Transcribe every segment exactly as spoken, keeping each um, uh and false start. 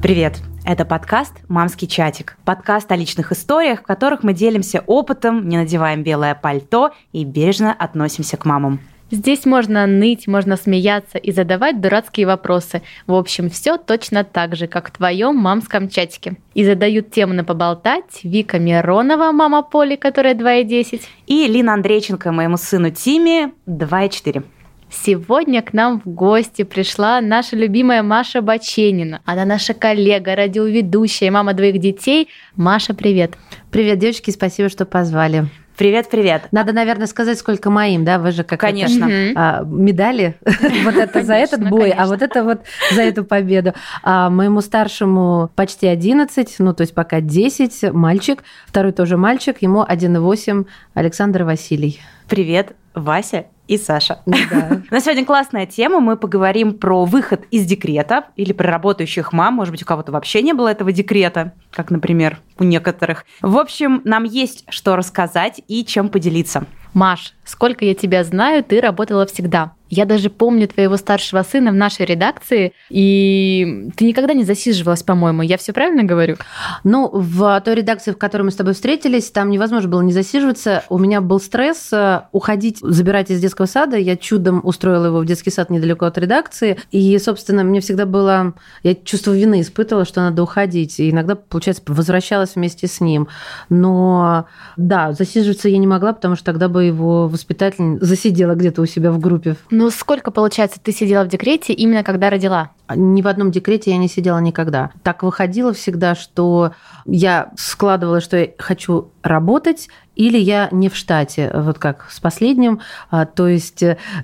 Привет! Это подкаст «Мамский чатик». Подкаст о личных историях, в которых мы делимся опытом, не надеваем белое пальто и бережно относимся к мамам. Здесь можно ныть, можно смеяться и задавать дурацкие вопросы. В общем, все точно так же, как в твоем мамском чатике. И задают тему на поболтать Вика Миронова, мама Поли, которая два и десять. И Лина Андрейченко, моему сыну Тиме, два и четыре. Сегодня к нам в гости пришла наша любимая Маша Баченина. Она наша коллега, радиоведущая, мама двоих детей. Маша, привет. Привет, девочки, спасибо, что позвали. Привет-привет. Надо, наверное, сказать, сколько моим, да? Вы же как Конечно. Это, а, медали. Вот это за этот бой, а вот это вот за эту победу. А моему старшему почти одиннадцать, ну, то есть пока десять, мальчик. Второй тоже мальчик, ему один и восемь, Александр Василий. Привет, Вася и Саша. Да. У нас сегодня классная тема. Мы поговорим про выход из декрета или про работающих мам. Может быть, у кого-то вообще не было этого декрета, как, например, у некоторых. В общем, нам есть что рассказать и чем поделиться. Маш, сколько я тебя знаю, ты работала всегда. Я даже помню твоего старшего сына в нашей редакции, и ты никогда не засиживалась, по-моему. Я все правильно говорю? Ну, в той редакции, в которой мы с тобой встретились, там невозможно было не засиживаться. У меня был стресс уходить, забирать из детского сада. Я чудом устроила его в детский сад недалеко от редакции. И, собственно, мне всегда было... Я чувство вины испытывала, что надо уходить. И иногда, получается, возвращалась вместе с ним. Но, да, засиживаться я не могла, потому что тогда бы его воспитатель засидела где-то у себя в группе. Ну, сколько, получается, ты сидела в декрете именно когда родила? Ни в одном декрете я не сидела никогда. Так выходило всегда, что я складывала, что я хочу работать, или я не в штате, вот как с последним, то есть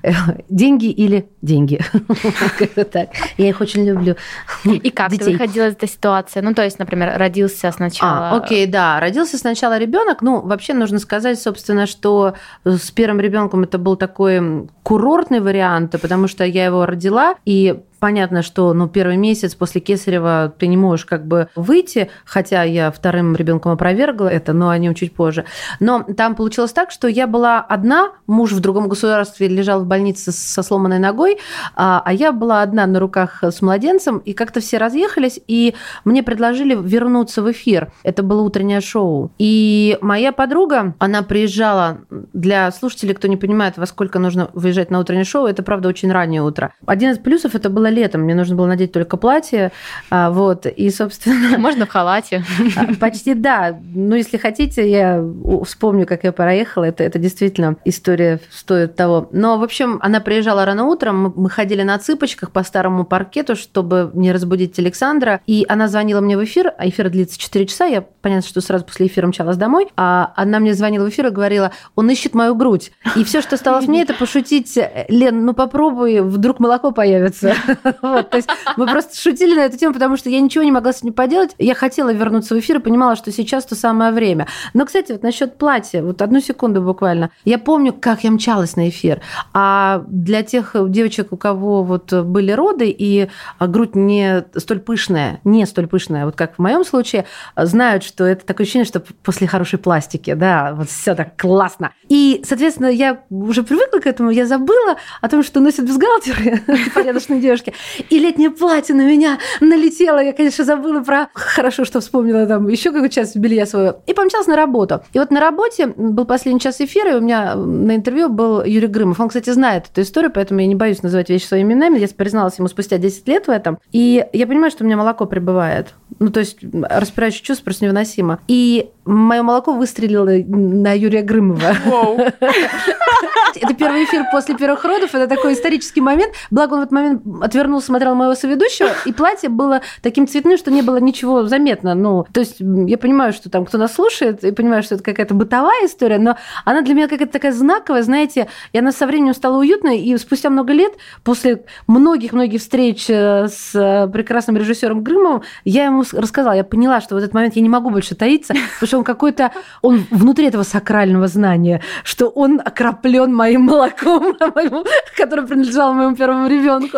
деньги или деньги. Как-то так. Я их очень люблю. И как ты выходила из этой ситуации? Ну, то есть, например, родился сначала... А, окей, да, родился сначала ребенок. Ну, вообще нужно сказать, собственно, что с первым ребенком это был такой курортный вариант, потому что я его родила, и понятно, что ну, первый месяц после кесарева ты не можешь как бы выйти, хотя я вторым ребенком опровергла это, но о нем чуть позже. Но там получилось так, что я была одна, муж в другом государстве лежал в больнице со сломанной ногой, а я была одна на руках с младенцем, и как-то все разъехались, и мне предложили вернуться в эфир. Это было утреннее шоу. И моя подруга, она приезжала, для слушателей, кто не понимает, во сколько нужно выезжать на утреннее шоу, это, правда, очень раннее утро. Один из плюсов это было летом, мне нужно было надеть только платье, вот, и, собственно... Можно в халате. Почти да, но если хотите, я вспомню, как я проехала, это, это действительно история стоит того. Но, в общем, она приезжала рано утром, мы ходили на цыпочках по старому паркету, чтобы не разбудить Александра, и она звонила мне в эфир, а эфир длится четыре часа, я, понятно, что сразу после эфира мчалась домой, а она мне звонила в эфир и говорила, он ищет мою грудь, и все, что осталось мне, это пошутить, Лен, ну попробуй, вдруг молоко появится. Вот, то есть мы просто шутили на эту тему, потому что я ничего не могла с ним поделать. Я хотела вернуться в эфир и понимала, что сейчас то самое время. Но, кстати, вот насчет платья, вот одну секунду буквально. Я помню, как я мчалась на эфир. А для тех девочек, у кого вот были роды и грудь не столь пышная, не столь пышная, вот как в моем случае, знают, что это такое ощущение, что после хорошей пластики, да, вот все так классно. И, соответственно, я уже привыкла к этому, я забыла о том, что носят бюстгальтеры порядочные девушки. И летнее платье на меня налетело. Я, конечно, забыла про... Хорошо, что вспомнила там еще какую часть белья своего. И помчалась на работу. И вот на работе был последний час эфира, и у меня на интервью был Юрий Грымов. Он, кстати, знает эту историю, поэтому я не боюсь называть вещи своими именами. Я призналась ему спустя десять лет в этом. И я понимаю, что у меня молоко прибывает. Ну, то есть распирающее чувство просто невыносимо. И мое молоко выстрелило на Юрия Грымова. Это первый эфир после первых родов. Это такой исторический момент. Благо, он в этот момент отвернулся, смотрел на моего соведущего, и платье было таким цветным, что не было ничего заметно. Ну, то есть я понимаю, что там кто нас слушает, и понимаю, что это какая-то бытовая история, но она для меня какая-то такая знаковая, знаете, и она со временем стала уютной, и спустя много лет, после многих-многих встреч с прекрасным режиссером Грымовым, я ему рассказала, я поняла, что в этот момент я не могу больше таиться, потому что он какой-то, он внутри этого сакрального знания, что он окроплен моим молоком, которое принадлежало моему первому ребенку.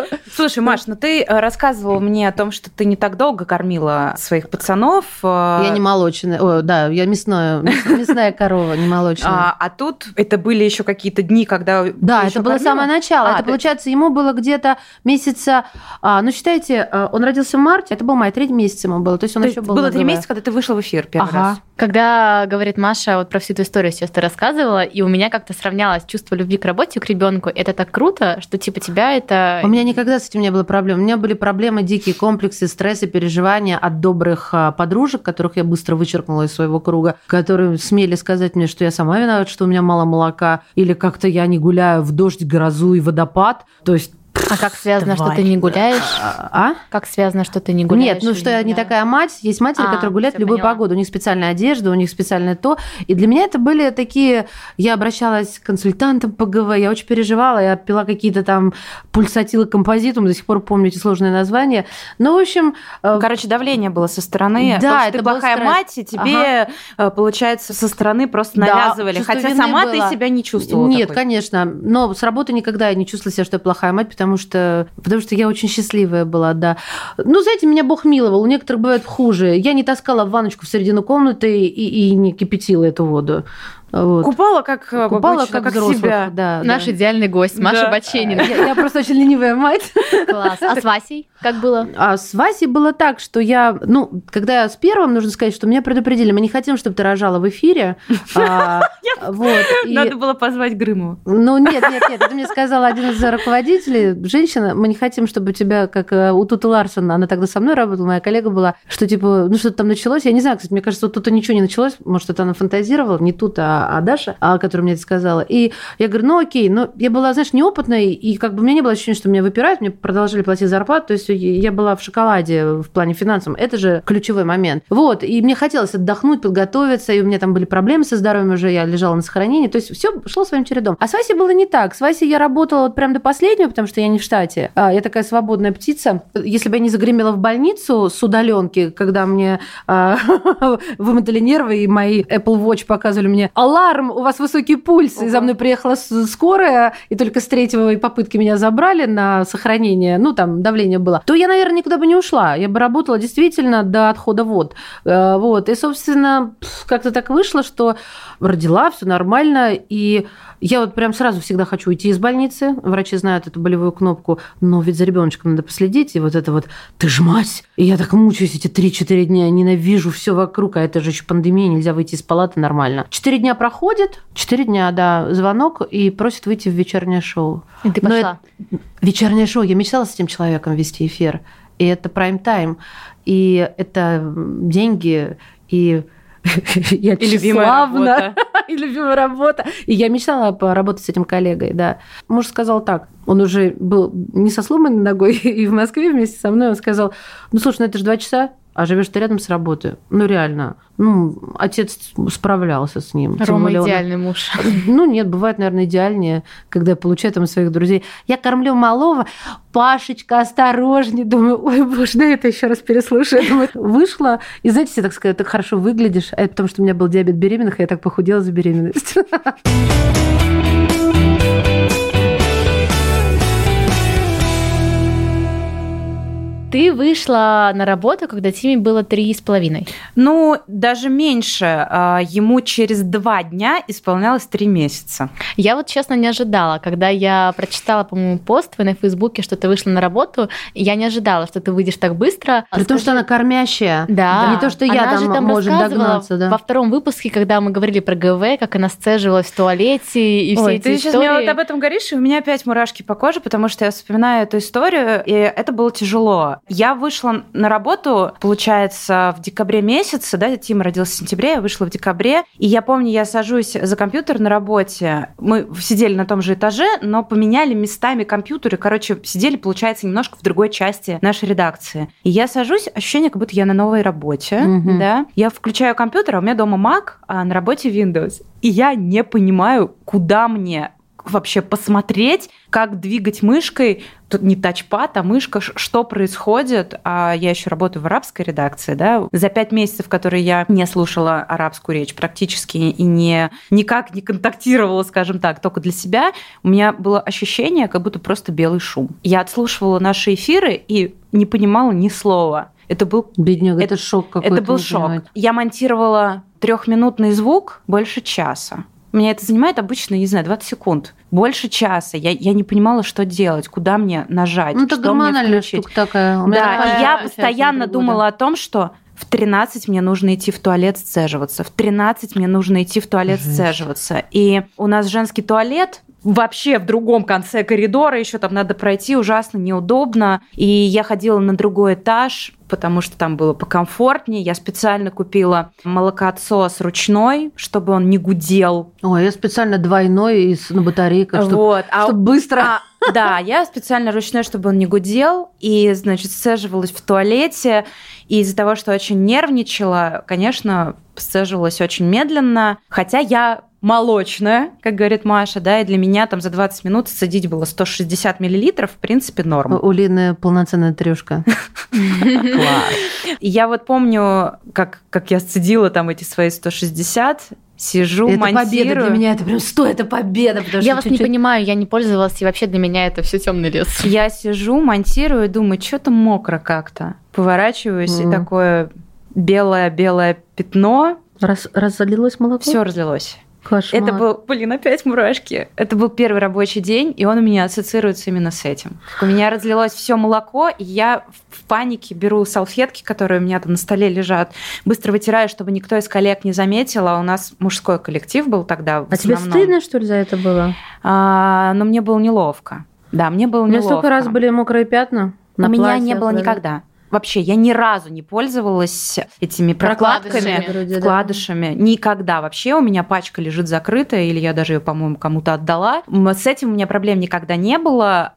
Слушай, Маш, ну ты рассказывала мне о том, что ты не так долго кормила своих пацанов. Я не молочная. О, да, я мясная, мясная корова, не молочная. А, а тут это были еще какие-то дни, когда Да, это было кормила? Самое начало. А, это, ты... получается, ему было где-то месяца... А, ну, считайте, он родился в марте, это был май, третий месяц ему было. То есть он То еще есть был было три месяца, когда ты вышла в эфир первый ага. раз. Когда говорит Маша вот про всю эту историю, сейчас ты рассказывала, и у меня как-то сравнялось чувство любви к работе, к ребенку. Это так круто, что типа тебя это... У меня никогда с этим не было проблем. У меня были проблемы, дикие комплексы, стрессы, переживания от добрых подружек, которых я быстро вычеркнула из своего круга, которые смели сказать мне, что я сама виновата, что у меня мало молока, или как-то я не гуляю в дождь, грозу и водопад. То есть А как связано, Тварь. что ты не гуляешь? А? Как связано, что ты не гуляешь? Нет, ну что я не такая мать. Есть матери, а, которые гуляют в любую поняла. погоду. У них специальная одежда, у них специальное то. И для меня это были такие... Я обращалась к консультантам по ГВ, я очень переживала, я пила какие-то там пульсатилы композитум, до сих пор помню эти сложные названия. Ну, в общем... Короче, давление было со стороны. Да, это ты плохая стресс. мать, и тебе, ага. получается, со стороны просто навязывали. Да, хотя сама было. ты себя не чувствовала Нет, такой. конечно. Но с работы никогда я не чувствовала себя, что я плохая мать, потому что... Потому что я очень счастливая была, да. Ну, знаете, меня Бог миловал. У некоторых бывает хуже. Я не таскала ванночку в середину комнаты и, и не кипятила эту воду. Вот. Купала как Купала обычно, как, как взрослых, себя. Да, Наш да. идеальный гость, Маша да. Баченина. Я, я просто очень ленивая мать. Класс. А с Васей как было? А с Васей было так, что я... Ну, когда я с первым, нужно сказать, что меня предупредили. Мы не хотим, чтобы ты рожала в эфире. Надо было позвать Грымову. Ну, нет, нет, нет. Это мне сказал один из руководителей. Женщина, мы не хотим, чтобы у тебя, как у Туты Ларсон, она тогда со мной работала, моя коллега была, что типа, ну, что-то там началось. Я не знаю, кстати, мне кажется, вот тут ничего не началось. Может, это она фантазировала. Не Тута, а Даша, которая мне это сказала. И я говорю, ну окей, но я была, знаешь, неопытной, и как бы у меня не было ощущения, что меня выпирают, мне продолжали платить зарплату, то есть я была в шоколаде в плане финансовом. Это же ключевой момент. Вот, и мне хотелось отдохнуть, подготовиться, и у меня там были проблемы со здоровьем уже, я лежала на сохранении, то есть все шло своим чередом. А с Васей было не так. С Васей я работала вот прям до последнего, потому что я не в штате. Я такая свободная птица. Если бы я не загремела в больницу с удаленки, когда мне вымотали нервы, и мои Apple Watch показывали мне аларм, у вас высокий пульс, Ого. И за мной приехала скорая, и только с третьего попытки меня забрали на сохранение, ну, там, давление было, то я, наверное, никуда бы не ушла. Я бы работала действительно до отхода вод. Вот. И, собственно, как-то так вышло, что родила, все нормально, и я вот прям сразу всегда хочу уйти из больницы. Врачи знают эту болевую кнопку, но ведь за ребеночком надо последить, и вот это вот «ты ж мать!» И я так мучаюсь эти три-четыре дня, ненавижу все вокруг, а это же еще пандемия, нельзя выйти из палаты нормально. Четыре дня проходит, четыре дня, да, звонок, и просят выйти в вечернее шоу. И ты пошла? Это... Вечернее шоу. Я мечтала с этим человеком вести эфир. И это прайм-тайм. И это деньги, и... Я и любимая работа. И любимая работа. И я мечтала поработать с этим коллегой, да. Муж сказал так, он уже был не со сломанной ногой, и в Москве вместе со мной он сказал, ну, слушай, ну это же два часа, а живешь ты рядом с работой. Ну, реально. Ну, отец справлялся с ним. Рома идеальный муж. Ну, нет, бывает, наверное, идеальнее, когда я получаю там своих друзей. Я кормлю малого, Пашечка, осторожней. Думаю, ой, боже, да это еще раз переслушаю. Думаю, вышла, и, знаете, все так сказать, так хорошо выглядишь. А это потому, что у меня был диабет беременных, и я так похудела за беременность. Ты вышла на работу, когда Тиме было три с половиной. Ну, даже меньше. Ему через два дня исполнялось три месяца. Я вот, честно, не ожидала. Когда я прочитала, по-моему, пост твой на Фейсбуке, что ты вышла на работу, я не ожидала, что ты выйдешь так быстро. При том, что она кормящая. Да. Не то, что я там, там может догнаться. Да? Во втором выпуске, когда мы говорили про ГВ, как она сцеживалась в туалете и все Ой, эти ты истории. сейчас мне вот об этом говоришь, и у меня опять мурашки по коже, потому что я вспоминаю эту историю, и это было тяжело. Я вышла на работу, получается, в декабре месяце, да, Тима родился в сентябре, я вышла в декабре, и я помню, я сажусь за компьютер на работе, мы сидели на том же этаже, но поменяли местами компьютеры, короче, сидели, получается, немножко в другой части нашей редакции. И я сажусь, ощущение, как будто я на новой работе, mm-hmm. да, я включаю компьютер, а у меня дома Mac, а на работе Windows, и я не понимаю, куда мне... мог вообще посмотреть, как двигать мышкой, тут не тачпад, а мышка, что происходит. А я еще работаю в арабской редакции, да. За пять месяцев, которые я не слушала арабскую речь практически и не, никак не контактировала, скажем так, только для себя, у меня было ощущение, как будто просто белый шум. Я отслушивала наши эфиры и не понимала ни слова. Это был... Бедняга, это, это шок какой-то. Это был шок. Понимать. Я монтировала трехминутный звук больше часа. Меня это занимает обычно, не знаю, двадцать секунд. Больше часа. Я, я не понимала, что делать, куда мне нажать, ну, это что мне включить. Штука такая. Да, и я постоянно думала о том, что в тринадцать мне нужно идти в туалет сцеживаться, в тринадцать мне нужно идти в туалет Жесть. сцеживаться. И у нас женский туалет вообще в другом конце коридора, еще там надо пройти, ужасно неудобно. И я ходила на другой этаж, потому что там было покомфортнее. Я специально купила молокоотсос ручной, чтобы он не гудел. Ой, я специально двойной из, на батарейках, чтобы, вот. а, чтобы быстро... А, да, я специально ручной, чтобы он не гудел. И, значит, сцеживалась в туалете. И из-за того, что очень нервничала, конечно, сцеживалась очень медленно. Хотя я молочная, как говорит Маша, да, и для меня там за двадцать минут сцедить было сто шестьдесят миллилитров, в принципе, норм. У Лины полноценная трёшка. Класс. Я вот помню, как, как я сцедила там эти свои сто шестьдесят, сижу, это монтирую. Это победа для меня, это прям сто, это победа. Я вас чуть-чуть... не понимаю, я не пользовалась, и вообще для меня это все темный лес. Я сижу, монтирую, и думаю, что-то мокро как-то. Поворачиваюсь, mm. и такое белое-белое пятно. Раз, разлилось молоко? Все разлилось. Кошмар. Это был, блин, опять мурашки. Это был первый рабочий день, и он у меня ассоциируется именно с этим. У меня разлилось все молоко, и я в панике беру салфетки, которые у меня там на столе лежат, быстро вытираю, чтобы никто из коллег не заметил. А у нас мужской коллектив был тогда. А тебе стыдно, что ли, за это было? А, но мне было неловко. Да, мне было неловко. У меня столько раз были мокрые пятна на У платье, меня не было никогда. Вообще, я ни разу не пользовалась этими прокладками, вкладышами, вкладышами. Да. Никогда. Вообще у меня пачка лежит закрытая, или я даже ее, по-моему, кому-то отдала. С этим у меня проблем никогда не было,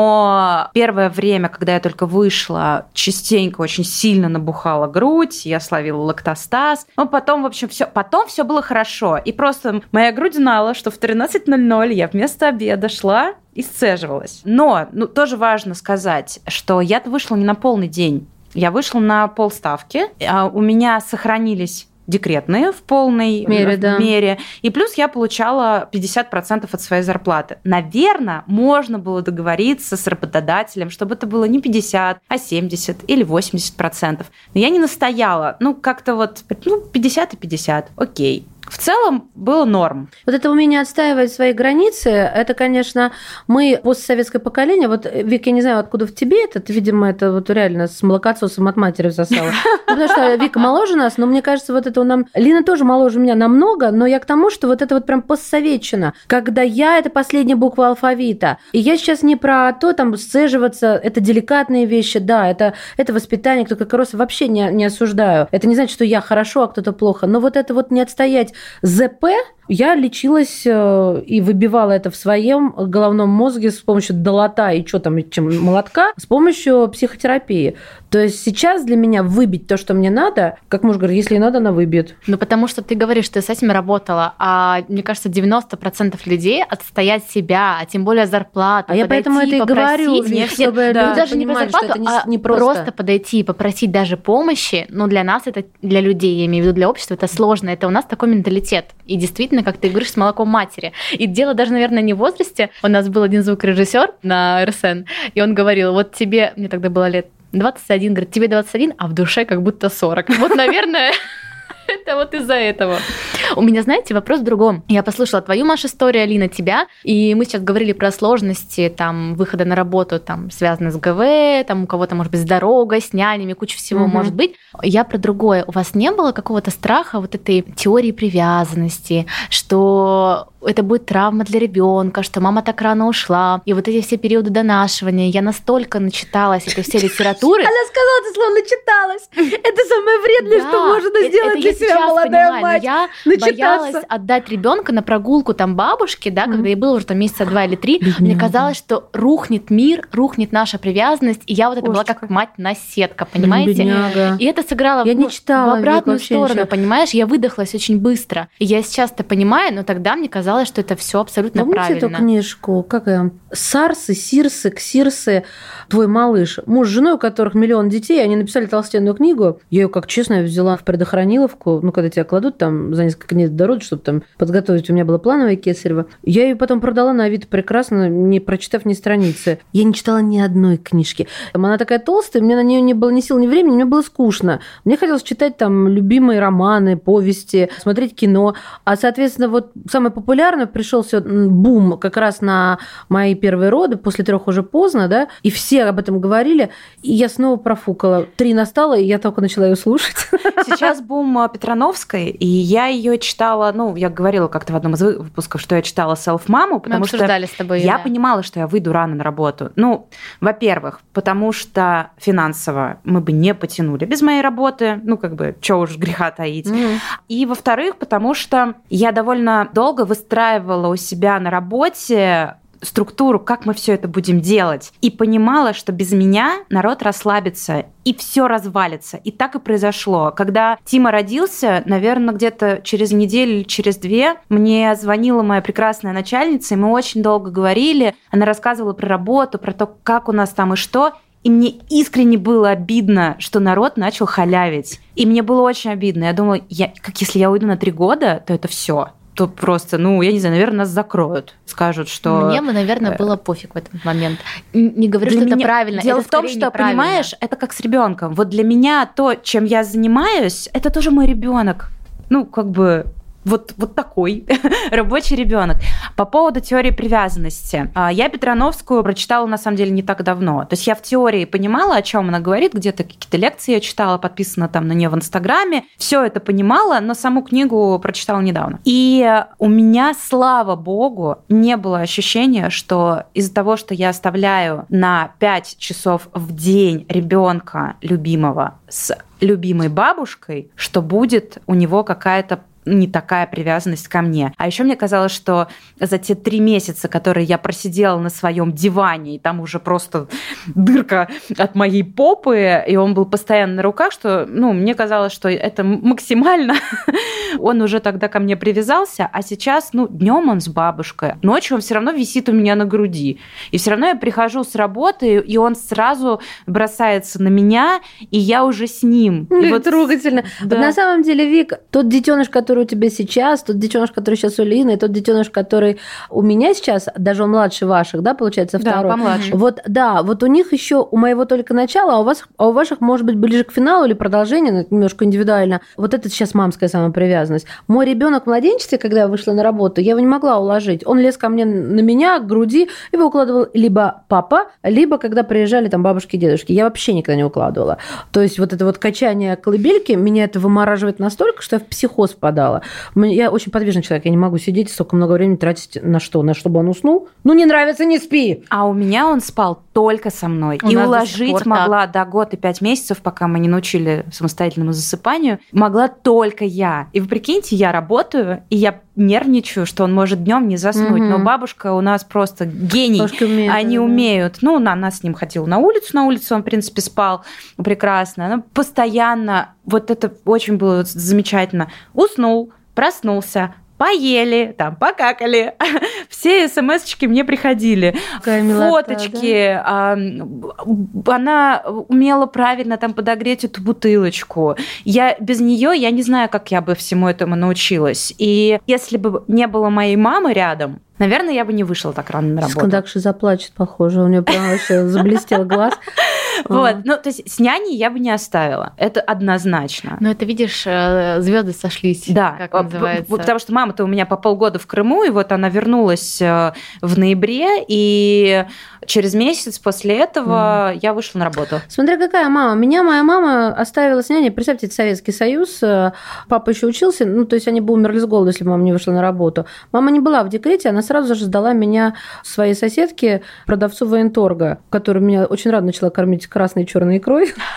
но первое время, когда я только вышла, частенько очень сильно набухала грудь, я словила лактостаз. Но потом, в общем, все, потом все было хорошо. И просто моя грудь знала, что в тринадцать ноль ноль я вместо обеда шла и сцеживалась. Но ну, тоже важно сказать, что я-то вышла не на полный день. Я вышла на полставки. У меня сохранились декретные в полной мере, в да. мере. И плюс я получала пятьдесят процентов от своей зарплаты. Наверное, можно было договориться с работодателем, чтобы это было не пятьдесят, а семьдесят или восемьдесят процентов. Но я не настояла. Ну, как-то вот ну, пятьдесят и пятьдесят. Окей. В целом было норм. Вот это умение отстаивать свои границы, это, конечно, мы постсоветское поколение. Вот, Вик, я не знаю, откуда в тебе это, ты, видимо, это вот реально с молокоотсосом от матери всосала. Потому что Вика моложе нас, но мне кажется, вот это у нам... Лина тоже моложе меня намного, но я к тому, что вот это вот прям постсоветчина, когда я — это последняя буква алфавита. И я сейчас не про то, там, сцеживаться, это деликатные вещи, да, это, это воспитание, кто как рос, вообще не, не осуждаю. Это не значит, что я хорошо, а кто-то плохо, но вот это вот не отстоять ЗП, я лечилась и выбивала это в своем головном мозге с помощью долота и что там, чем молотка, с помощью психотерапии. То есть сейчас для меня выбить то, что мне надо, как муж говорит, если надо, она выбьет. Ну, потому что ты говоришь, ты с этим работала, а мне кажется, девяносто процентов людей отстоять себя, а тем более зарплату, а я поэтому это и говорю, нет, чтобы нет, да, люди даже не про зарплату, это не, а не просто. просто подойти и попросить даже помощи, но для нас это, для людей, я имею в виду, для общества, это сложно, это у нас такой менталитет. И действительно, как ты говоришь, с молоком матери. И дело даже, наверное, не в возрасте. У нас был один звукорежиссер на эр эс эн, и он говорил, вот тебе, мне тогда было лет двадцать один, говорит, тебе двадцать один, а в душе как будто сорок. Вот, наверное... Это вот из-за этого. У меня, знаете, вопрос в другом. Я послушала твою, Маша, историю, Алина, тебя, и мы сейчас говорили про сложности там, выхода на работу, там, связанные с ГВ, там, у кого-то, может быть, с дорогой, с нянями, куча всего угу. может быть. Я про другое. У вас не было какого-то страха вот этой теории привязанности, что это будет травма для ребенка, что мама так рано ушла, и вот эти все периоды донашивания, я настолько начиталась этой всей литературы. Она сказала, ты словно начиталась. Это самое вредное, что можно сделать для себя молодая мать. боялась отдать ребенка на прогулку там бабушки, да, когда ей было уже там месяца два или три. Мне казалось, что рухнет мир, рухнет наша привязанность, и я вот это была как мать-наседка, понимаете? И это сыграло в обратную сторону, понимаешь? Я выдохлась очень быстро. И я сейчас-то понимаю, но тогда мне казалось, что это все абсолютно правильно. Помните эту книжку? Как ее? Сарсы, Сирсы, Ксирсы, твой малыш. Муж с женой, у которых миллион детей, они написали толстенную книгу. Я ее, как честно, взяла в предохраниловку. Ну, когда тебя кладут там за несколько дней до рода, чтобы там подготовить. У меня было плановое кесарево. Я ее потом продала на Авито прекрасно, не прочитав ни страницы. Я не читала ни одной книжки. Она такая толстая, мне на нее не было ни сил, ни времени, мне было скучно. Мне хотелось читать там любимые романы, повести, смотреть кино. А, соответственно, вот самое популярное пришелся бум как раз на мои первые роды, после трех уже поздно, да, и все об этом говорили, и я снова профукала. Три настало, и я только начала ее слушать. Сейчас бум Петрановской, и я ее читала, ну, я говорила как-то в одном из выпусков, что я читала «Селф-маму», потому что с тобой, я да. понимала, что я выйду рано на работу. Ну, во-первых, потому что финансово мы бы не потянули без моей работы, ну, как бы, чего уж греха таить. Mm-hmm. И, во-вторых, потому что я довольно долго выстраивала у себя на работе структуру, как мы все это будем делать. И понимала, что без меня народ расслабится, и все развалится. И так и произошло. Когда Тима родился, наверное, где-то через неделю или через две, мне звонила моя прекрасная начальница, и мы очень долго говорили. Она рассказывала про работу, про то, как у нас там и что. И мне искренне было обидно, что народ начал халявить. И мне было очень обидно. Я думала, я, как если я уйду на три года, то это все. То просто, ну, я не знаю, наверное, нас закроют. Скажут, что... Мне бы, наверное, было пофиг в этот момент. Не говорю, для что меня... это правильно. Дело это в том, что, понимаешь, это как с ребенком. Вот для меня то, чем я занимаюсь, это тоже мой ребенок. Ну, как бы... Вот, вот такой рабочий ребенок. По поводу теории привязанности. Я Петрановскую прочитала, на самом деле, не так давно. То есть я в теории понимала, о чем она говорит, где-то какие-то лекции я читала, подписана там на нее в Инстаграме. Все это понимала, но саму книгу прочитала недавно. И у меня, слава богу, не было ощущения, что из-за того, что я оставляю на пять часов в день ребенка любимого с любимой бабушкой, что будет у него какая-то не такая привязанность ко мне. А еще мне казалось, что за те три месяца, которые я просидела на своем диване, и там уже просто дырка от моей попы, и он был постоянно на руках, что, ну, мне казалось, что это максимально. Он уже тогда ко мне привязался, а сейчас, ну, днем он с бабушкой, ночью он все равно висит у меня на груди. И все равно я прихожу с работы, и он сразу бросается на меня, и я уже с ним. И вот трогательно. Да. Вот на самом деле, Вик, тот детеныш, который у тебя сейчас, тот детеныш, который сейчас у Лины, и тот детеныш, который у меня сейчас, даже он младше ваших, да, получается, второй. Да, помладше. Вот, да, вот у них еще у моего только начало, а у вас, а у ваших, может быть, ближе к финалу или продолжение, но это немножко индивидуально. Вот это сейчас мамская самопривязанность. Мой ребенок в младенчестве, когда я вышла на работу, я его не могла уложить. Он лез ко мне на меня, к груди, его укладывал либо папа, либо когда приезжали там бабушки и дедушки. Я вообще никогда не укладывала. То есть вот это вот качание колыбельки, меня это вымораживает настолько, что я в психоз впадала. Я очень подвижный человек, я не могу сидеть столько много времени тратить на что? На чтобы он уснул? Ну, не нравится, не спи! А у меня он спал только со мной. У и уложить могла до год и пять месяцев, пока мы не научили самостоятельному засыпанию, могла только я. И вы прикиньте, я работаю, и я нервничаю, что он может днем не заснуть. Mm-hmm. Но бабушка у нас просто гений. Умеет, Они да, умеют. Да. Ну, она с ним ходила на улицу, на улице он, в принципе, спал прекрасно. Она постоянно, вот это очень было замечательно, уснул, проснулся, поели, там, покакали. Все смс-очки мне приходили. Какая милота, фоточки. Да? Она умела правильно там подогреть эту бутылочку. Я без нее, я не знаю, как я бы всему этому научилась. И если бы не было моей мамы рядом, наверное, я бы не вышла так рано на работу. Скандакша заплачет, похоже. У нее прям вообще заблестел глаз. Вот, ну, то есть с няней я бы не оставила. Это однозначно. Но это, видишь, звезды сошлись, да, как называется. Потому что мама-то у меня по полгода в Крыму, и вот она вернулась в ноябре, и через месяц после этого mm. я вышла на работу. Смотри, какая мама. Меня моя мама оставила с няней. Представьте, это Советский Союз. Папа еще учился, ну, то есть они бы умерли с голоду, если бы мама не вышла на работу. Мама не была в декрете, она сразу же сдала меня своей соседке, продавцу военторга, который меня очень рано начала кормить красной и черной икрой.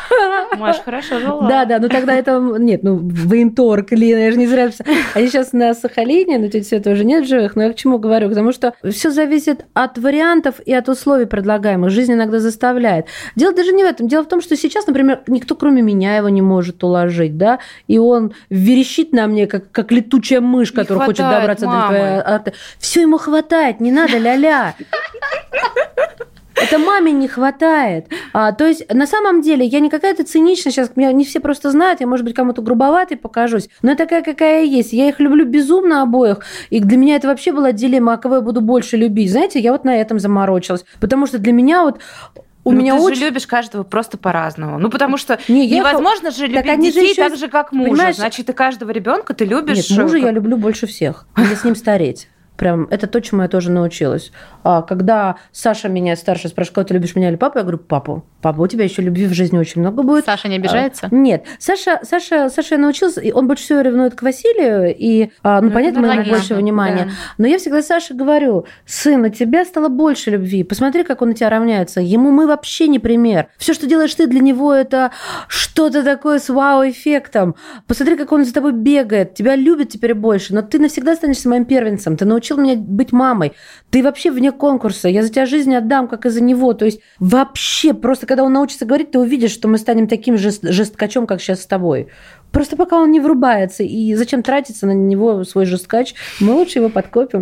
Маш, хорошо жила. Да, да, ну тогда это... Нет, ну, военторг, Лина, я же не зря... Они сейчас на Сахалине, но тетя Света уже нет в живых, но я к чему говорю? Потому что все зависит от вариантов и от условий предлагаемых. Жизнь иногда заставляет. Дело даже не в этом. Дело в том, что сейчас, например, никто, кроме меня, его не может уложить, да, и он верещит на мне, как, как летучая мышь, которая хочет добраться мамы. До твоей арты. Все ему хватает, не надо ля-ля. Это маме не хватает. А, то есть, на самом деле, я не какая-то циничная, сейчас меня не все просто знают, я, может быть, кому-то грубоватой покажусь, но я такая, какая я есть. Я их люблю безумно обоих, и для меня это вообще была дилемма, а кого я буду больше любить. Знаете, я вот на этом заморочилась, потому что для меня вот у ну, меня ты очень... же любишь каждого просто по-разному. Ну, потому что не, невозможно я... же любить так детей же еще... так же, как мужа. Понимаешь... Значит, и каждого ребенка ты любишь... Нет, мужа как... я люблю больше всех. Мне с ним стареть. Прям это то, чему я тоже научилась. А когда Саша меня старше спрашивает, ты любишь меня или папу, я говорю, папу. Папа, у тебя еще любви в жизни очень много будет. Саша не обижается? А, нет. Саша, Саша, Саша я научилась, и он больше всего ревнует к Василию, и, а, ну, ну, понятно, мы ему больше внимания. Да. Но я всегда Саше говорю, сын, у тебя стало больше любви. Посмотри, как он на тебя равняется. Ему мы вообще не пример. Все, что делаешь ты, для него это что-то такое с вау-эффектом. Посмотри, как он за тобой бегает. Тебя любит теперь больше, но ты навсегда останешься моим первенцем. Ты научил меня быть мамой. Ты вообще вне конкурса. Я за тебя жизнь отдам, как и за него. То есть вообще просто, когда он научится говорить, ты увидишь, что мы станем таким же жесткачом, как сейчас с тобой. Просто пока он не врубается. И зачем тратиться на него свой жесткач? Мы лучше его подкопим.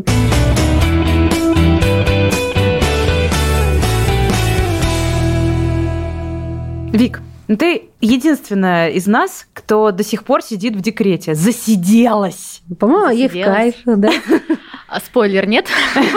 Вик, ты единственная из нас, кто до сих пор сидит в декрете. Засиделась. По-моему, ей в кайф, да? Спойлер, нет.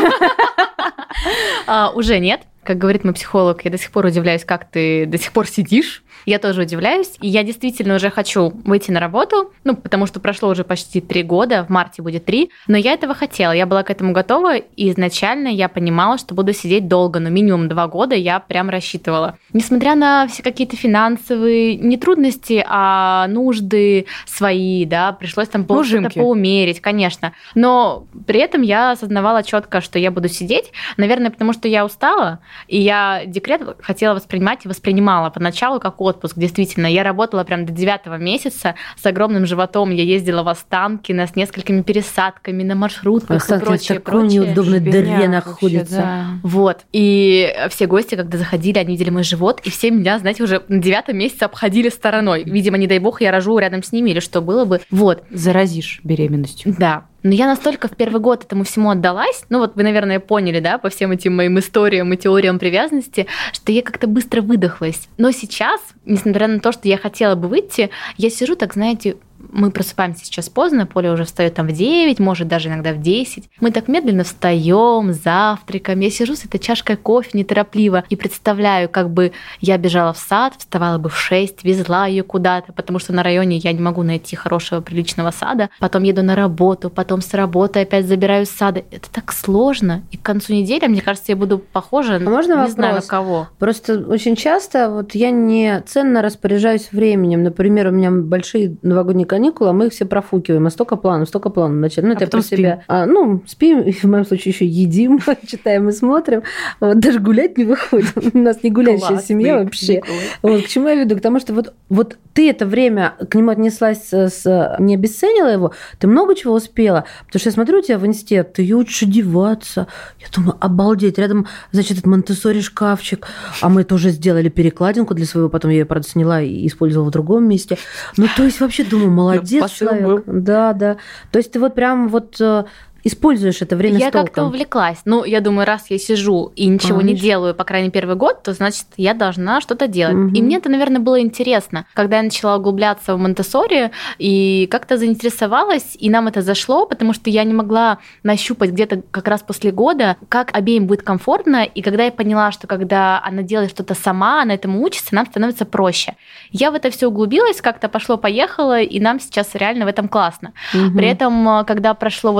Уже нет. Как говорит мой психолог, я до сих пор удивляюсь, как ты до сих пор сидишь. Я тоже удивляюсь. И я действительно уже хочу выйти на работу, ну, потому что прошло уже почти три года, в марте будет три. Но я этого хотела, я была к этому готова. И изначально я понимала, что буду сидеть долго, но минимум два года я прям рассчитывала. Несмотря на все какие-то финансовые, не трудности, а нужды свои, да, пришлось там что-то поумерить, конечно. Но при этом я осознавала четко, что я буду сидеть. Наверное, потому что я устала, и я декрет хотела воспринимать и воспринимала поначалу как отпуск. Действительно, я работала прям до девятого месяца с огромным животом. Я ездила в Останкино с несколькими пересадками на маршрутках Останкино и прочее, в такой прочее. неудобной дыре находится. Да. Вот. И все гости, когда заходили, они видели мой живот, и все меня, знаете, уже на девятом месяце обходили стороной. Видимо, не дай бог, я рожу рядом с ними или что было бы. Вот. Заразишь беременностью. Да. Но я настолько в первый год этому всему отдалась, ну вот вы, наверное, поняли, да, по всем этим моим историям и теориям привязанности, что я как-то быстро выдохлась. Но сейчас, несмотря на то, что я хотела бы выйти, я сижу так, знаете, мы просыпаемся сейчас поздно, Поля уже встает там в девять, может даже иногда в десять. Мы так медленно встаем, завтракаем. Я сижу с этой чашкой кофе неторопливо и представляю, как бы я бежала в сад, вставала бы в шесть, везла ее куда-то, потому что на районе я не могу найти хорошего, приличного сада. Потом еду на работу, потом с работы опять забираю с сада. Это так сложно. И к концу недели, мне кажется, я буду похожа, а можно не вопрос? Знаю на кого. Просто очень часто вот я не ценно распоряжаюсь временем. Например, у меня большие новогодние каникулы, а мы их все профукиваем. А столько планов, столько планов. Значит, ну, это а я про себя. А, ну, спим, и в моем случае еще едим, читаем и смотрим. Вот, даже гулять не выходит. У нас не гуляющая Классный, семья вообще. Вот, к чему я веду? К тому, что вот, вот ты это время к нему отнеслась, с, не обесценила его, ты много чего успела. Потому что я смотрю у тебя в инсте, ты ее учишь одеваться. Я думаю, обалдеть. Рядом, значит, этот Монтессори шкафчик. А мы тоже сделали перекладинку для своего, потом я ее, правда, сняла и использовала в другом месте. Ну, то есть, вообще думаю, молодец человек. Был. Да, да. То есть ты вот прям вот используешь это время я с толком. Я как-то увлеклась. Ну, я думаю, раз я сижу и ничего а, не видишь? делаю, по крайней мере, первый год, то, значит, я должна что-то делать. Угу. И мне это, наверное, было интересно. Когда я начала углубляться в Монтессори и как-то заинтересовалась, и нам это зашло, потому что я не могла нащупать где-то как раз после года, как обеим будет комфортно. И когда я поняла, что когда она делает что-то сама, она этому учится, нам становится проще. Я в это все углубилась, как-то пошло-поехало, и нам сейчас реально в этом классно. Угу. При этом, когда прошло вот года два,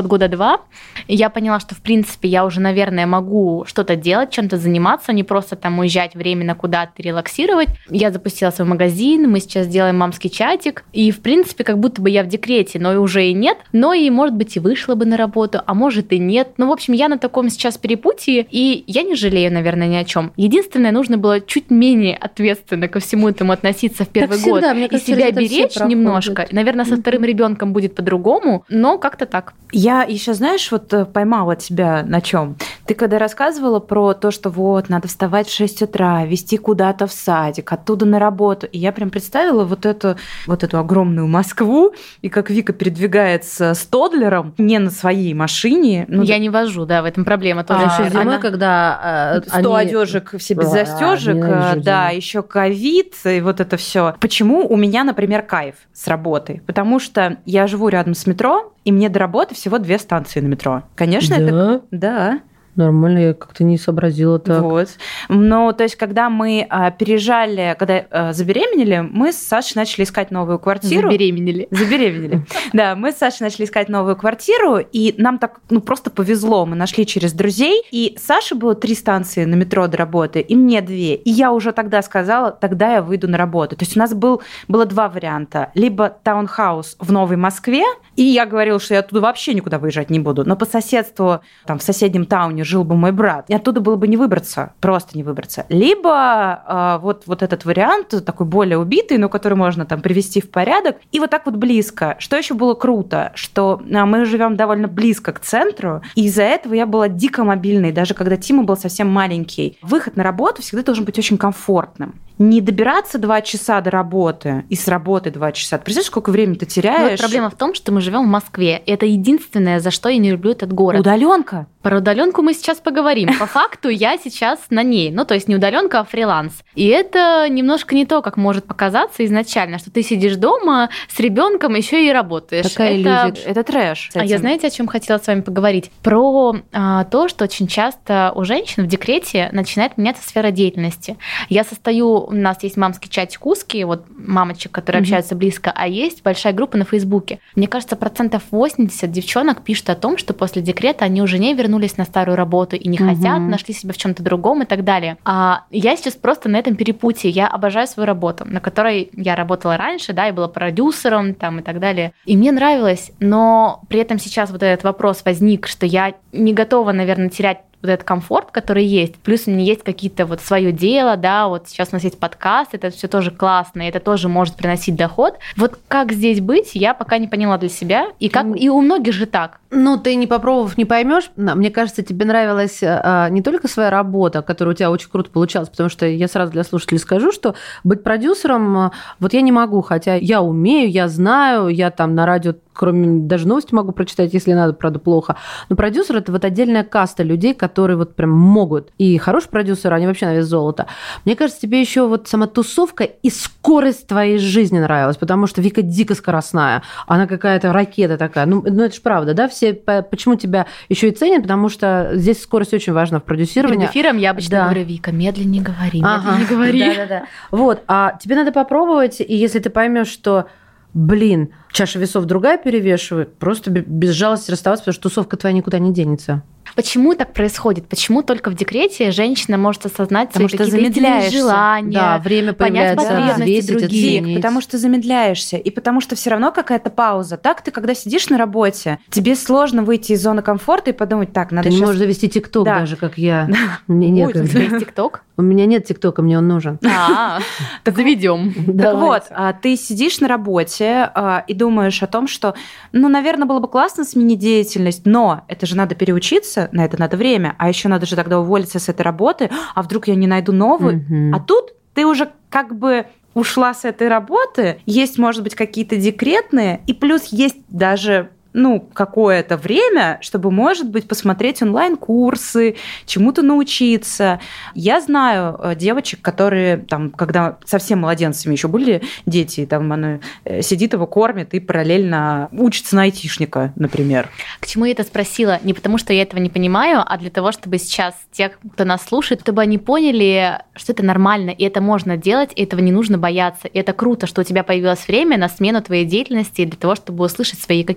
родила, я поняла, что, в принципе, я уже, наверное, могу что-то делать, чем-то заниматься, не просто там уезжать временно куда-то, релаксировать. Я запустила свой магазин, мы сейчас делаем мамский чатик, и, в принципе, как будто бы я в декрете, но и уже и нет, но и, может быть, и вышла бы на работу, а может и нет. Ну, в общем, я на таком сейчас перепутье, и я не жалею, наверное, ни о чем. Единственное, нужно было чуть менее ответственно ко всему этому относиться в первый так всегда, год мне и кажется, себя это беречь немножко. Наверное, со вторым ребенком будет по-другому, но как-то так. Я еще, знаешь, вот поймала тебя на чем? Ты когда рассказывала про то, что вот надо вставать в шесть утра, везти куда-то в садик, оттуда на работу, и я прям представила вот эту, вот эту огромную Москву, и как Вика передвигается с тоддлером не на своей машине. Ну, я не вожу, да, в этом проблема тоже. А, еще зимой, она... когда сто они... одежек все без А, застежек, ненавижу да, зиму. еще ковид и вот это все. Почему у меня, например, кайф с работы? Потому что я живу рядом с метро, и мне до работы всего две станции на метро. Конечно, Да? это... Да. Нормально, я как-то не сообразила так. Вот. Но, то есть, когда мы а, переезжали, когда а, забеременели, мы с Сашей начали искать новую квартиру. Забеременели. Забеременели. Да, мы с Сашей начали искать новую квартиру, и нам так, ну, просто повезло. Мы нашли через друзей, и Саше было три станции на метро до работы, и мне две. И я уже тогда сказала, тогда я выйду на работу. То есть, у нас был, было два варианта. Либо таунхаус в Новой Москве, и я говорила, что я оттуда вообще никуда выезжать не буду, но по соседству, там, в соседнем тауне жил бы мой брат, и оттуда было бы не выбраться, просто не выбраться. Либо э, вот, вот этот вариант, такой более убитый, но который можно там привести в порядок, и вот так вот близко. Что еще было круто, что э, мы живем довольно близко к центру, и из-за этого я была дико мобильной, даже когда Тима был совсем маленький. Выход на работу всегда должен быть очень комфортным. Не добираться два часа до работы и с работы два часа. Ты представляешь, сколько времени ты теряешь? Но вот проблема в том, что мы живем в Москве. Это единственное, за что я не люблю этот город. Удаленка. Про удаленку мы сейчас поговорим. По факту я сейчас на ней. Ну, то есть не удаленка, а фриланс. И это немножко не то, как может показаться изначально, что ты сидишь дома с ребенком, еще и работаешь. Такая это... иллюзия. Это трэш. А я, знаете, о чем хотела с вами поговорить? Про а, то, что очень часто у женщин в декрете начинает меняться сфера деятельности. Я состою, у нас есть мамский чатик узкий, вот мамочек, которые mm-hmm. общаются близко, а есть большая группа на Фейсбуке. Мне кажется, процентов восемьдесят девчонок пишут о том, что после декрета они уже не вернулись на старую работу и не mm-hmm. хотят, нашли себя в чем-то другом и так далее. А я сейчас просто на этом перепутье. Я обожаю свою работу, на которой я работала раньше, да, и была продюсером там и так далее. И мне нравилось, но при этом сейчас вот этот вопрос возник, что я не готова, наверное, терять вот этот комфорт, который есть. Плюс у меня есть какие-то вот свое дело, да, вот сейчас у нас есть подкаст, это все тоже классно, и это тоже может приносить доход. Вот как здесь быть, я пока не поняла для себя, и как и у многих же так. Ну, ты не попробовав, не поймешь. Мне кажется, тебе нравилась а, не только своя работа, которая у тебя очень круто получалась, потому что я сразу для слушателей скажу, что быть продюсером, вот я не могу, хотя я умею, я знаю, я там на радио, кроме даже новости могу прочитать, если надо, правда, плохо. Но продюсер – это вот отдельная каста людей, которые вот прям могут. И хороший продюсер, они вообще на вес золота. Мне кажется, тебе еще вот сама тусовка и скорость твоей жизни нравилась, потому что Вика дико скоростная. Она какая-то ракета такая. Ну, ну это же правда, да? Все, почему тебя еще и ценят? Потому что здесь скорость очень важна в продюсировании. Перед эфиром я обычно да. говорю: Вика, медленнее говори, ага. медленнее говори. Да-да-да. Вот, а тебе надо попробовать, и если ты поймешь, что блин, чаша весов другая перевешивает, просто без жалости расставаться, потому что тусовка твоя никуда не денется. Почему так происходит? Почему только в декрете женщина может осознать потому свои что какие-то желания, да, время понять потребности других? Вик, потому что замедляешься, и потому что все равно какая-то пауза. Так ты, когда сидишь на работе, тебе сложно выйти из зоны комфорта и подумать, так, надо Ты сейчас... не можешь завести ТикТок да. даже, как я. Мне некогда. У тебя есть ТикТок? У меня нет ТикТока, мне он нужен. А, так заведем. Так вот, ты сидишь на работе и думаешь о том, что, ну, наверное, было бы классно сменить деятельность, но это же надо переучиться, на это надо время, а еще надо же тогда уволиться с этой работы, а вдруг я не найду новую. Mm-hmm. А тут ты уже как бы ушла с этой работы, есть, может быть, какие-то декретные, и плюс есть даже... ну, какое-то время, чтобы, может быть, посмотреть онлайн-курсы, чему-то научиться. Я знаю девочек, которые, там, когда совсем младенцами еще были дети, там она сидит, его кормит и параллельно учится на айтишника, например. К чему я это спросила? Не потому, что я этого не понимаю, а для того, чтобы сейчас те, кто нас слушает, чтобы они поняли, что это нормально, и это можно делать, и этого не нужно бояться. И это круто, что у тебя появилось время на смену твоей деятельности для того, чтобы услышать свои какие-то истины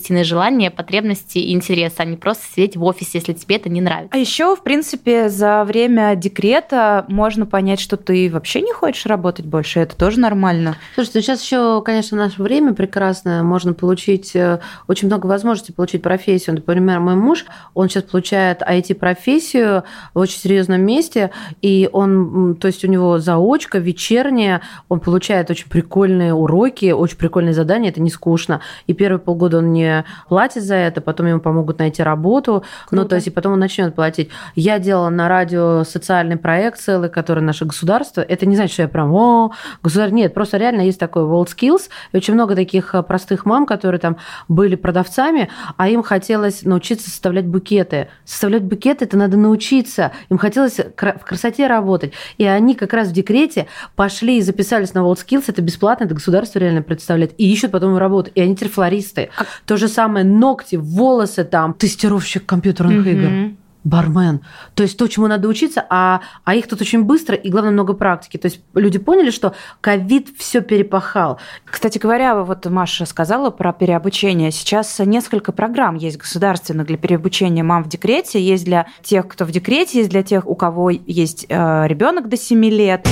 истинные желания, потребности и интересы, а не просто сидеть в офисе, если тебе это не нравится. А еще, в принципе, за время декрета можно понять, что ты вообще не хочешь работать больше. Это тоже нормально. Слушайте, сейчас еще, конечно, в наше время прекрасное. Можно получить очень много возможностей получить профессию. Например, мой муж, он сейчас получает ай ти-профессию в очень серьезном месте, и он, то есть у него заочка вечерняя, он получает очень прикольные уроки, очень прикольные задания, это не скучно. И первые полгода он не платит за это, потом ему помогут найти работу, Круто. ну, то есть и потом он начнет платить. Я делала на радио социальный проект целый, который наше государство. Это не значит, что я прям, о, государство. Нет, просто реально есть такой WorldSkills, и очень много таких простых мам, которые там были продавцами, а им хотелось научиться составлять букеты. Составлять букеты это надо научиться. Им хотелось в красоте работать. И они как раз в декрете пошли и записались на WorldSkills, это бесплатно, это государство реально представляет, и ищут потом работу. И они теперь флористы. А... То же самое ногти, волосы там, тестировщик компьютерных mm-hmm. игр. Бармен. То есть то, чему надо учиться, а, а их тут очень быстро и, главное, много практики. То есть люди поняли, что ковид все перепахал. Кстати говоря, вот Маша сказала про переобучение. Сейчас несколько программ есть государственных для переобучения мам в декрете. Есть для тех, кто в декрете, есть для тех, у кого есть э, ребенок до семи лет.